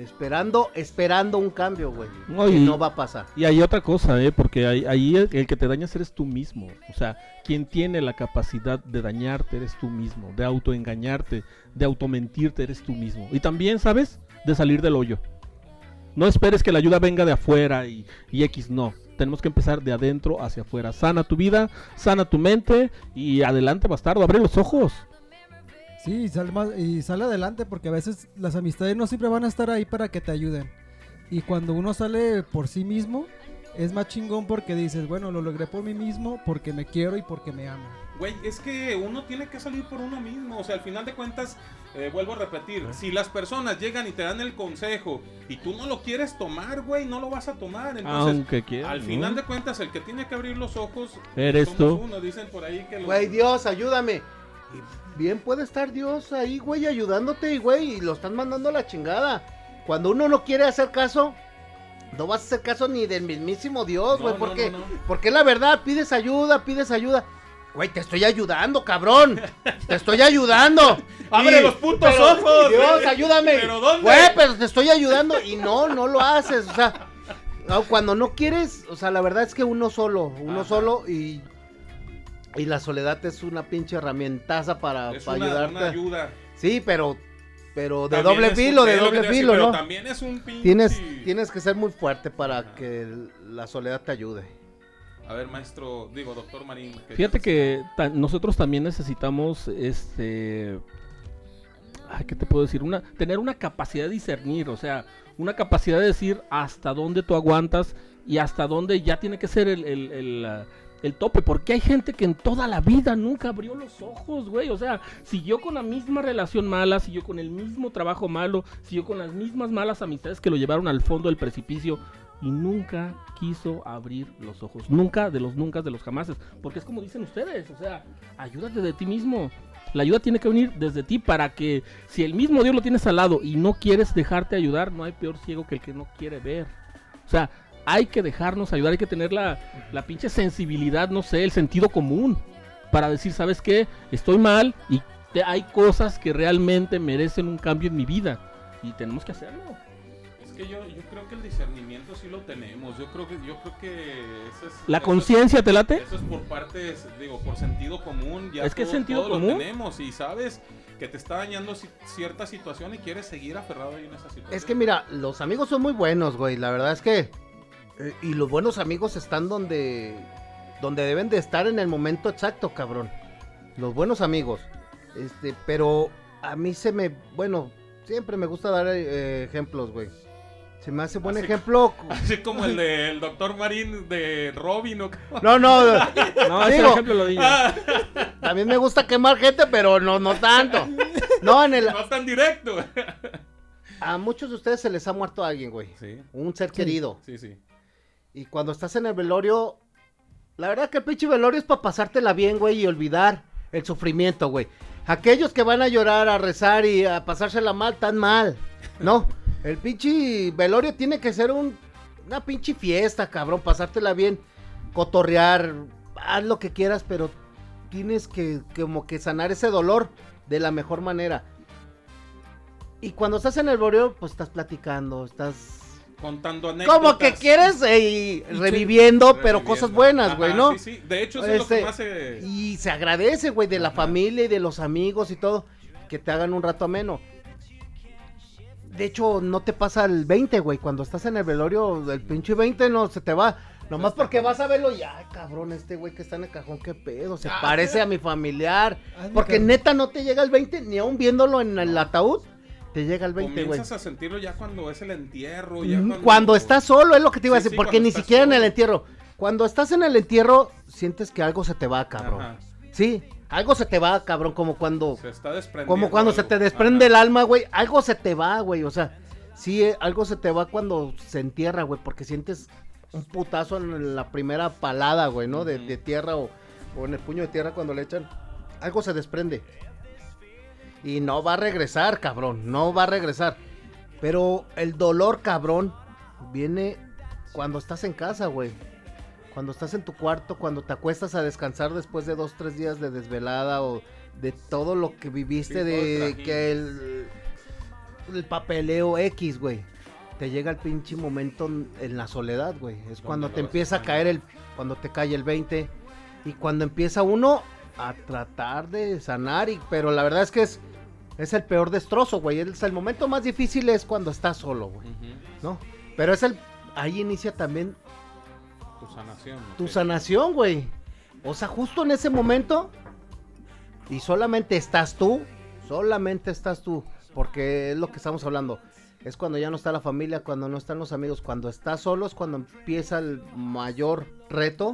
esperando un cambio, güey. Que no va a pasar. Y hay otra cosa, porque ahí el que te dañas eres tú mismo. O sea, quien tiene la capacidad de dañarte eres tú mismo, de autoengañarte, de automentirte eres tú mismo. Y también, ¿sabes? De salir del hoyo. No esperes que la ayuda venga de afuera y X, no. Tenemos que empezar de adentro hacia afuera. Sana tu vida, sana tu mente y adelante, bastardo, abre los ojos. Sí, sale adelante porque a veces las amistades no siempre van a estar ahí para que te ayuden. Y cuando uno sale por sí mismo, es más chingón porque dices, bueno, lo logré por mí mismo, porque me quiero y porque me amo. Güey, es que uno tiene que salir por uno mismo. O sea, al final de cuentas, vuelvo a repetir, si las personas llegan y te dan el consejo y tú no lo quieres tomar, güey, no lo vas a tomar. Entonces, aunque quieras, al final de cuentas, el que tiene que abrir los ojos eres tú. Uno. Dicen por ahí que güey, Dios, ayúdame. Y bien puede estar Dios ahí, güey, ayudándote, y lo están mandando a la chingada. Cuando uno no quiere hacer caso, no vas a hacer caso ni del mismísimo Dios, güey, porque la verdad, pides ayuda. Güey, te estoy ayudando, cabrón. Te estoy ayudando. ¡Abre los putos ojos! Dios, ayúdame. ¿Pero dónde? Güey, pero te estoy ayudando y no lo haces. O sea, cuando no quieres, o sea, la verdad es que uno solo y la soledad es una pinche herramientaza para ayudarte. Una ayuda. Sí, pero de doble filo, pero ¿no? También es un pinche... Tienes que ser muy fuerte para que la soledad te ayude. A ver, doctor Marín. Fíjate que nosotros también necesitamos, ¿qué te puedo decir? Tener una capacidad de discernir, o sea, una capacidad de decir hasta dónde tú aguantas y hasta dónde ya tiene que ser el tope, porque hay gente que en toda la vida nunca abrió los ojos, güey. O sea, siguió con la misma relación mala, siguió con el mismo trabajo malo, siguió con las mismas malas amistades que lo llevaron al fondo del precipicio y nunca quiso abrir los ojos. Nunca de los jamases, porque es como dicen ustedes, o sea, ayúdate de ti mismo. La ayuda tiene que venir desde ti para que si el mismo Dios lo tienes al lado y no quieres dejarte ayudar, no hay peor ciego que el que no quiere ver. O sea, hay que dejarnos ayudar, hay que tener la pinche sensibilidad, no sé, el sentido común para decir, ¿sabes qué? Estoy mal y hay cosas que realmente merecen un cambio en mi vida y tenemos que hacerlo. Es que yo creo que el discernimiento sí lo tenemos. Yo creo que eso es... ¿La conciencia te late? Eso es por partes, por sentido común. Ya es que todo, sentido todo común. Lo tenemos y sabes que te está dañando cierta situación y quieres seguir aferrado ahí en esa situación. Es que mira, los amigos son muy buenos, güey. La verdad es que... y los buenos amigos están donde deben de estar en el momento exacto, cabrón. Los buenos amigos. Pero a mí siempre me gusta dar ejemplos, güey. Se me hace buen ejemplo. Así como el del doctor Marín de Robin, ¿no? No, ese ejemplo lo digo. También me gusta quemar gente, pero no tanto. No tan directo. A muchos de ustedes se les ha muerto alguien, güey. Sí, Un ser querido. sí. Y cuando estás en el velorio, la verdad que el pinche velorio es para pasártela bien, güey, y olvidar el sufrimiento, güey. Aquellos que van a llorar, a rezar y a pasársela mal, tan mal. No, el pinche velorio tiene que ser una pinche fiesta, cabrón, pasártela bien, cotorrear, haz lo que quieras, pero tienes que como que sanar ese dolor de la mejor manera. Y cuando estás en el velorio, pues estás platicando, estás contando anécdotas. como que quieres reviviendo, pero cosas buenas, güey, ¿no? Sí, sí. De hecho, eso es lo que más se... Y se agradece, güey, de la familia y de los amigos y todo, que te hagan un rato ameno. De hecho, no te pasa el 20, güey, cuando estás en el velorio, el pinche 20 no se te va. Nomás porque vas a verlo y, ay, cabrón, este güey que está en el cajón, qué pedo, se parece a mi familiar. Porque neta no te llega el 20, ni aún viéndolo en el ataúd. Te llega el 20, güey. Comienzas a sentirlo ya cuando es el entierro. Cuando estás solo, es lo que te iba a decir, porque ni siquiera solo. en el entierro. Cuando estás en el entierro, sientes que algo se te va, cabrón. Ajá. Sí, algo se te va, cabrón, como cuando... Se está desprendiendo. Como cuando se te desprende el alma, güey. Algo se te va, güey, o sea... Sí, algo se te va cuando se entierra, güey, porque sientes un putazo en la primera palada, güey, ¿no? De tierra o en el puño de tierra cuando le echan. Algo se desprende. Y no va a regresar, cabrón, no va a regresar. Pero el dolor, cabrón, viene cuando estás en casa, güey. Cuando estás en tu cuarto, cuando te acuestas a descansar después de 2-3 días de desvelada o de todo lo que viviste, Sí, de que el papeleo X, güey. Te llega el pinche momento en la soledad, güey. Es cuando te empieza a caer cuando te cae el 20 y cuando empieza uno a tratar de sanar, pero la verdad es que es el peor destrozo, güey. El momento más difícil es cuando estás solo, güey, ¿no? Pero ahí inicia también Tu sanación. tu sanación, güey. O sea, justo en ese momento y solamente estás tú, porque es lo que estamos hablando. Es cuando ya no está la familia, cuando no están los amigos, cuando estás solo es cuando empieza el mayor reto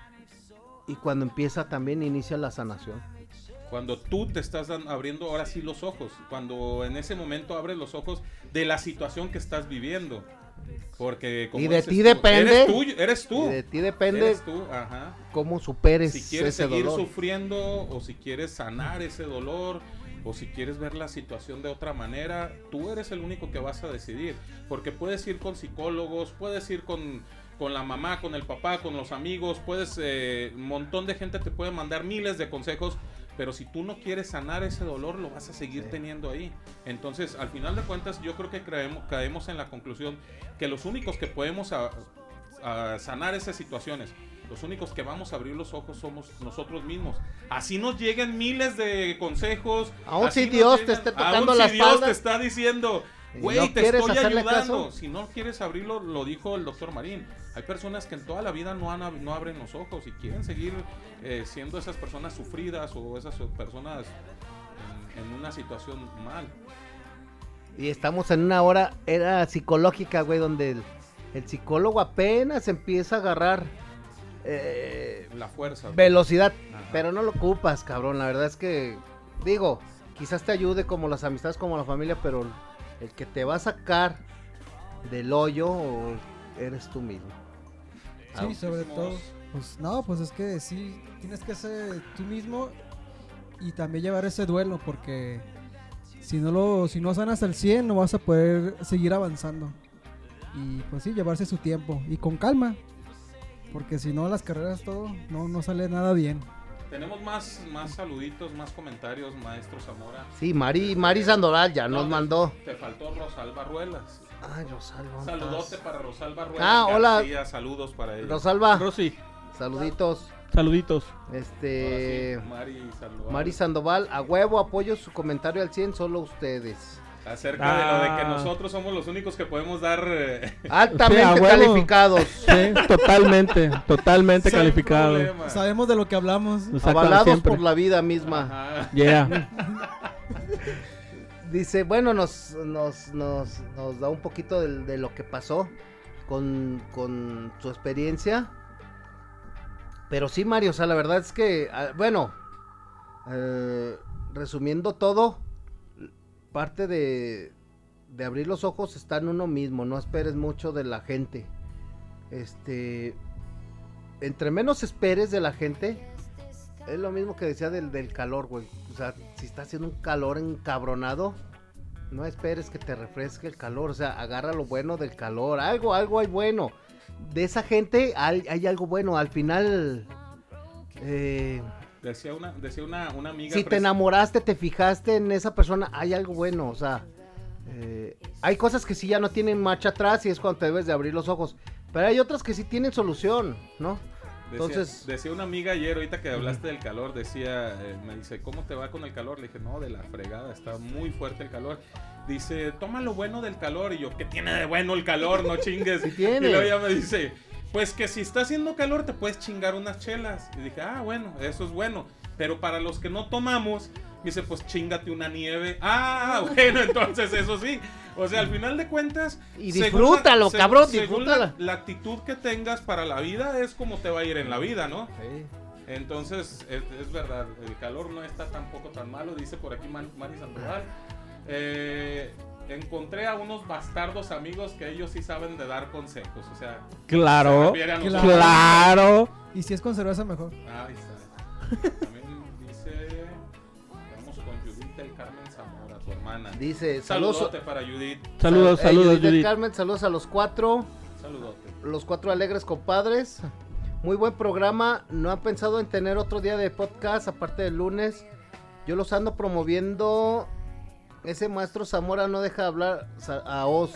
y cuando inicia la sanación. Cuando tú te estás abriendo ahora sí los ojos, cuando en ese momento abres los ojos de la situación que estás viviendo. Porque como y de dices ti tú, depende. Eres tú. Y de ti depende ajá. Cómo superes si quieres ese seguir dolor. sufriendo o si quieres sanar ese dolor o si quieres ver la situación de otra manera, tú eres el único que vas a decidir, porque puedes ir con psicólogos, puedes ir con la mamá, con el papá, con los amigos, un montón de gente te puede mandar miles de consejos, pero si tú no quieres sanar ese dolor, lo vas a seguir teniendo ahí. Entonces, al final de cuentas, yo creo que caemos en la conclusión que los únicos que podemos a sanar esas situaciones, los únicos que vamos a abrir los ojos somos nosotros mismos. Así nos lleguen miles de consejos. Aún si Dios te esté tocando la espalda. Dios te está diciendo, güey, ¿no te quieres estoy hacerle ayudando. caso? Si no quieres abrirlo, lo dijo el doctor Marín. Hay personas que en toda la vida no abren los ojos y quieren seguir siendo esas personas sufridas o esas personas en una situación mal. Y estamos en una era psicológica, güey, donde el psicólogo apenas empieza a agarrar la fuerza, velocidad, Ajá. pero no lo ocupas, cabrón. La verdad es que, digo, quizás te ayude como las amistades, como la familia, pero el que te va a sacar del hoyo eres tú mismo. Sí, sobre todo. Pues no, pues es que sí, tienes que ser tú mismo y también llevar ese duelo, porque si no sanas al 100 no vas a poder seguir avanzando. Y pues sí, llevarse su tiempo y con calma, porque si no las carreras todo no sale nada bien. Tenemos más saluditos, más comentarios, maestro Zamora. Sí, Mari Sandoval ya nos mandó. Te faltó Rosalba Ruelas. Ay, Rosalba. Saludote para Rosalba Ruelas. Ah, hola. García, saludos para ella. Rosalba, Rosy, saluditos. saluditos. Ahora sí, Mari Sandoval, a huevo, apoyo su comentario al 100, solo ustedes. Acerca de lo de que nosotros somos los únicos que podemos dar Altamente Sí, a huevo. calificados. Sí, totalmente sin calificado. problema. Sabemos de lo que hablamos. Exacto, Avalados siempre. por la vida misma. Ajá. Yeah. Dice, bueno, nos da un poquito de lo que pasó con su experiencia. Pero sí, Mario, o sea, la verdad es que, bueno, resumiendo todo, parte de de abrir los ojos está en uno mismo, no esperes mucho de la gente. Entre menos esperes de la gente, es lo mismo que decía del calor, güey. O sea, si está haciendo un calor encabronado, no esperes que te refresque el calor, o sea, agarra lo bueno del calor, algo hay bueno. De esa gente hay algo bueno, al final... Decía una amiga... Si te enamoraste, te fijaste en esa persona, hay algo bueno, o sea... hay cosas que sí ya no tienen marcha atrás y es cuando te debes de abrir los ojos. Pero hay otras que sí tienen solución, ¿no? Entonces... Decía una amiga ayer, ahorita que hablaste del calor, me dice, ¿cómo te va con el calor? Le dije, no, de la fregada, está muy fuerte el calor. Dice, toma lo bueno del calor. Y yo, ¿qué tiene de bueno el calor? No chingues. Sí tiene. Y luego ella me dice, pues que si está haciendo calor te puedes chingar unas chelas. Y dije, bueno, eso es bueno. Pero para los que no tomamos, me dice, pues chingate una nieve. Bueno, entonces eso sí. O sea, al final de cuentas... Y disfrútalo, cabrón, disfrútala. Según la actitud que tengas para la vida es como te va a ir en la vida, ¿no? Sí. Entonces, es verdad, el calor no está tampoco tan malo, dice por aquí Mari Sandoval. Encontré a unos bastardos amigos que ellos sí saben de dar consejos, o sea... Claro, se refiere a nosotros. claro. Y si es con cerveza, mejor. Ahí está. También dice... Vamos con Judith del Carmen Zamora, tu hermana. Dice, Saludote para Judith. Saludos, Judith. Judith. Carmen, saludos a los 4. Saludote. Los 4 alegres compadres. Muy buen programa. ¿No han pensado en tener otro día de podcast aparte del lunes? Yo los ando promoviendo. Ese maestro Zamora no deja de hablar a Oz.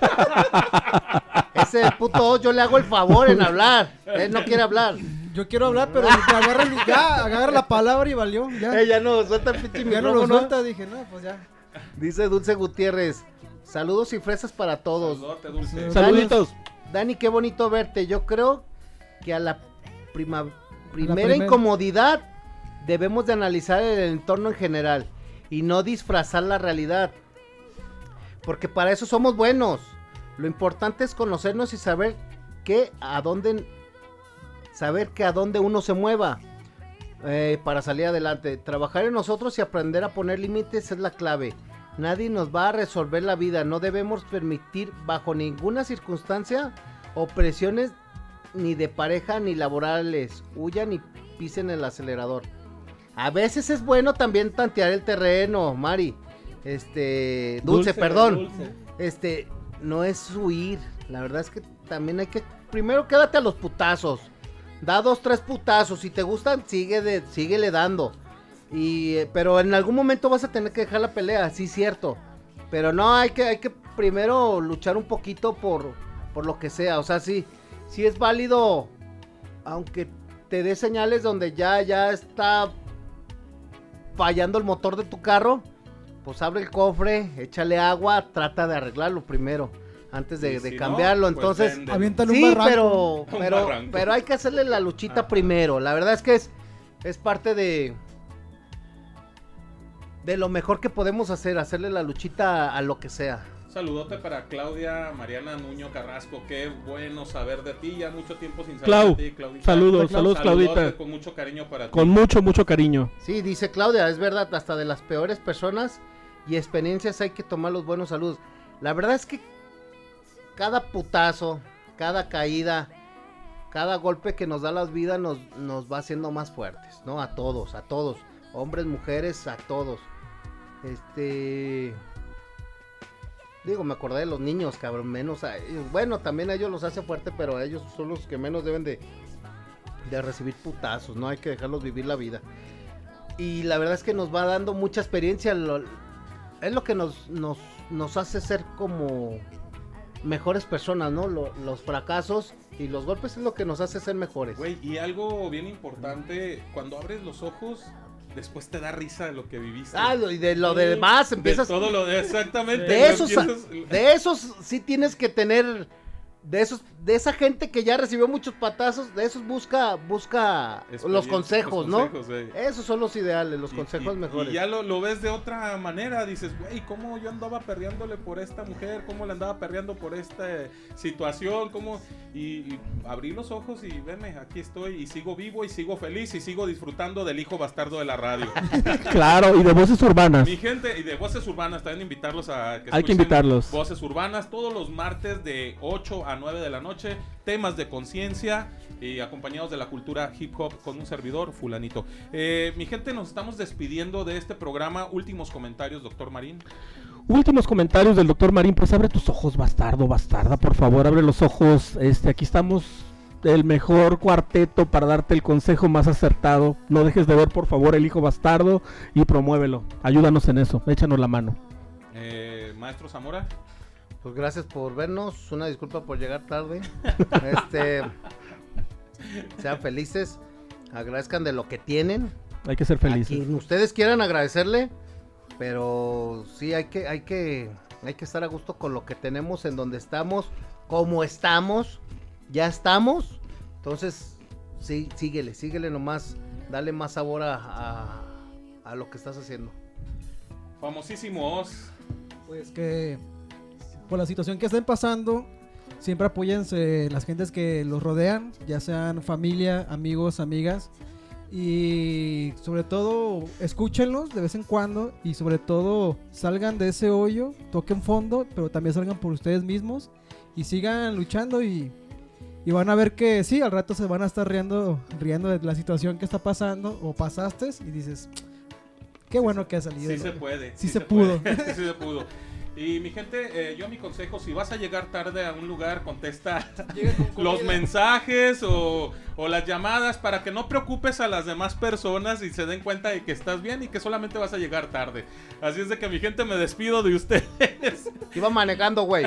Ese puto Oz, yo le hago el favor en hablar. Él no quiere hablar. Yo quiero hablar, pero agarra la palabra y valió. Ya, Ella no suelta el pinche ya no lo micrófono. suelta, dije, no, pues ya. Dice Dulce Gutiérrez. Saludos y fresas para todos. Saludote, Dulce. Saluditos. Dani, qué bonito verte. Yo creo que a la primera primera. incomodidad debemos de analizar el entorno en general y no disfrazar la realidad. Porque para eso somos buenos. Lo importante es conocernos y saber que a dónde uno se mueva para salir adelante. Trabajar en nosotros y aprender a poner límites es la clave. Nadie nos va a resolver la vida. No debemos permitir bajo ninguna circunstancia opresiones ni de pareja ni laborales. Huyan y pisen el acelerador. A veces es bueno también tantear el terreno, Mari. Dulce, perdón. Dulce. No es huir. La verdad es que también hay que... Primero quédate a los putazos. Da 2, 3 putazos. Si te gustan, síguele dando. Pero en algún momento vas a tener que dejar la pelea, sí, cierto. Pero no, hay que primero luchar un poquito por lo que sea. O sea, sí es válido, aunque te dé señales donde ya está fallando el motor de tu carro, pues abre el cofre, échale agua, trata de arreglarlo primero, antes de si cambiarlo. no, pues entonces, vende. Aviéntale un sí, barranco. pero hay que hacerle la luchita primero. La verdad es que es parte de lo mejor que podemos hacerle la luchita a lo que sea. Saludote para Claudia Mariana Nuño Carrasco. Qué bueno saber de ti. Ya mucho tiempo sin saber Clau, de ti, Claudita. saludos, Saludote Claudita. con mucho cariño para ti. Con mucho, mucho cariño. Sí, dice Claudia, es verdad, hasta de las peores personas y experiencias hay que tomar los buenos saludos. La verdad es que cada putazo, cada caída, cada golpe que nos da la vida nos va haciendo más fuertes, ¿no? A todos, hombres, mujeres, a todos. Digo, me acordé de los niños, cabrón, menos a ellos. Bueno, también a ellos los hace fuerte, pero a ellos son los que menos deben de recibir putazos, ¿no? Hay que dejarlos vivir la vida. Y la verdad es que nos va dando mucha experiencia. Es lo que nos hace ser como mejores personas, ¿no? Los fracasos y los golpes es lo que nos hace ser mejores. Güey, y algo bien importante, cuando abres los ojos, después te da risa de lo que viviste. Y de lo demás empiezas... De todo lo de... Exactamente. De esos sí tienes que tener de esa gente que ya recibió muchos patazos, de esos busca los consejos, ¿no? Esos son los ideales, los consejos mejores. Y ya lo ves de otra manera, dices, güey, ¿cómo yo andaba perreándole por esta mujer? ¿Cómo le andaba perreando por esta situación? ¿Cómo? Y abrí los ojos y veme, aquí estoy y sigo vivo y sigo feliz y sigo disfrutando del hijo bastardo de la radio. Claro, y de voces urbanas. Mi gente, y de voces urbanas, también invitarlos a Hay que invitarlos. Voces urbanas, todos los martes de 8 a 9 de la noche, temas de conciencia y acompañados de la cultura hip hop con un servidor, fulanito. Mi gente, nos estamos despidiendo de este programa. Últimos comentarios, doctor Marín. Últimos comentarios del doctor Marín. Pues abre tus ojos, bastardo, bastarda, por favor, abre los ojos. Aquí estamos, el mejor cuarteto para darte el consejo más acertado. No dejes de ver, por favor, El Hijo Bastardo y promuévelo. Ayúdanos en eso, échanos la mano. Maestro Zamora. Pues gracias por vernos, una disculpa por llegar tarde. Sean felices, agradezcan de lo que tienen. Hay que ser felices. A quien ustedes quieran agradecerle, pero sí hay que estar a gusto con lo que tenemos, en donde estamos, como estamos, ya estamos. Entonces, sí, síguele nomás, dale más sabor a lo que estás haciendo. Famosísimo Oz. Pues que por la situación que estén pasando, siempre apóyense las gentes que los rodean, ya sean familia, amigos, amigas, y sobre todo escúchenlos de vez en cuando, y sobre todo salgan de ese hoyo, toquen fondo, pero también salgan por ustedes mismos y sigan luchando y van a ver que sí, al rato se van a estar riendo de la situación que está pasando o pasaste y dices, qué bueno que ha salido. Sí se puede. Sí se pudo. Sí se pudo. Y mi gente, yo mi consejo, si vas a llegar tarde a un lugar, contesta los mensajes o las llamadas para que no preocupes a las demás personas y se den cuenta de que estás bien y que solamente vas a llegar tarde. Así es de que mi gente, me despido de ustedes. Iba manejando, güey.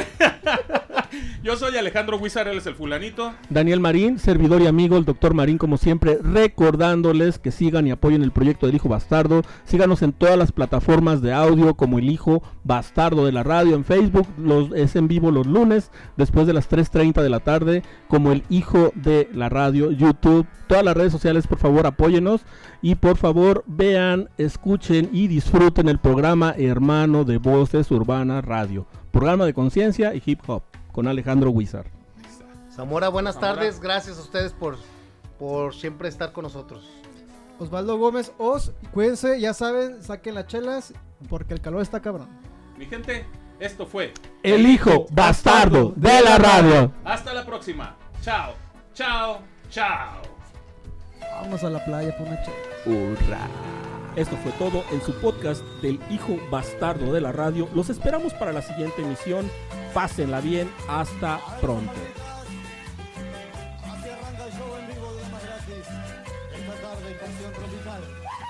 Yo soy Alejandro Huizar, él es el fulanito. Daniel Marín, servidor y amigo, el doctor Marín, como siempre, recordándoles que sigan y apoyen el proyecto del Hijo Bastardo. Síganos en todas las plataformas de audio como El Hijo Bastardo de la radio, en Facebook, es en vivo los lunes, después de las 3:30 de la tarde, como El Hijo de la Radio, YouTube, todas las redes sociales, por favor, apóyenos. Y por favor, vean, escuchen y disfruten el programa hermano de Voces Urbanas Radio, programa de conciencia y hip hop, con Alejandro Huizar. Zamora, buenas tardes, gracias a ustedes por siempre estar con nosotros. Osvaldo Gómez, cuídense, ya saben, saquen las chelas, porque el calor está cabrón. Mi gente, esto fue El Hijo Bastardo de la Radio. Hasta la próxima. Chao, chao, chao. Vamos a la playa por una chela. ¡Hurra! Esto fue todo en su podcast del Hijo Bastardo de la Radio. Los esperamos para la siguiente emisión. Pásenla bien. Hasta pronto. Así arranca el show en vivo de lo más gratis. Esta tarde en Canción Tropical.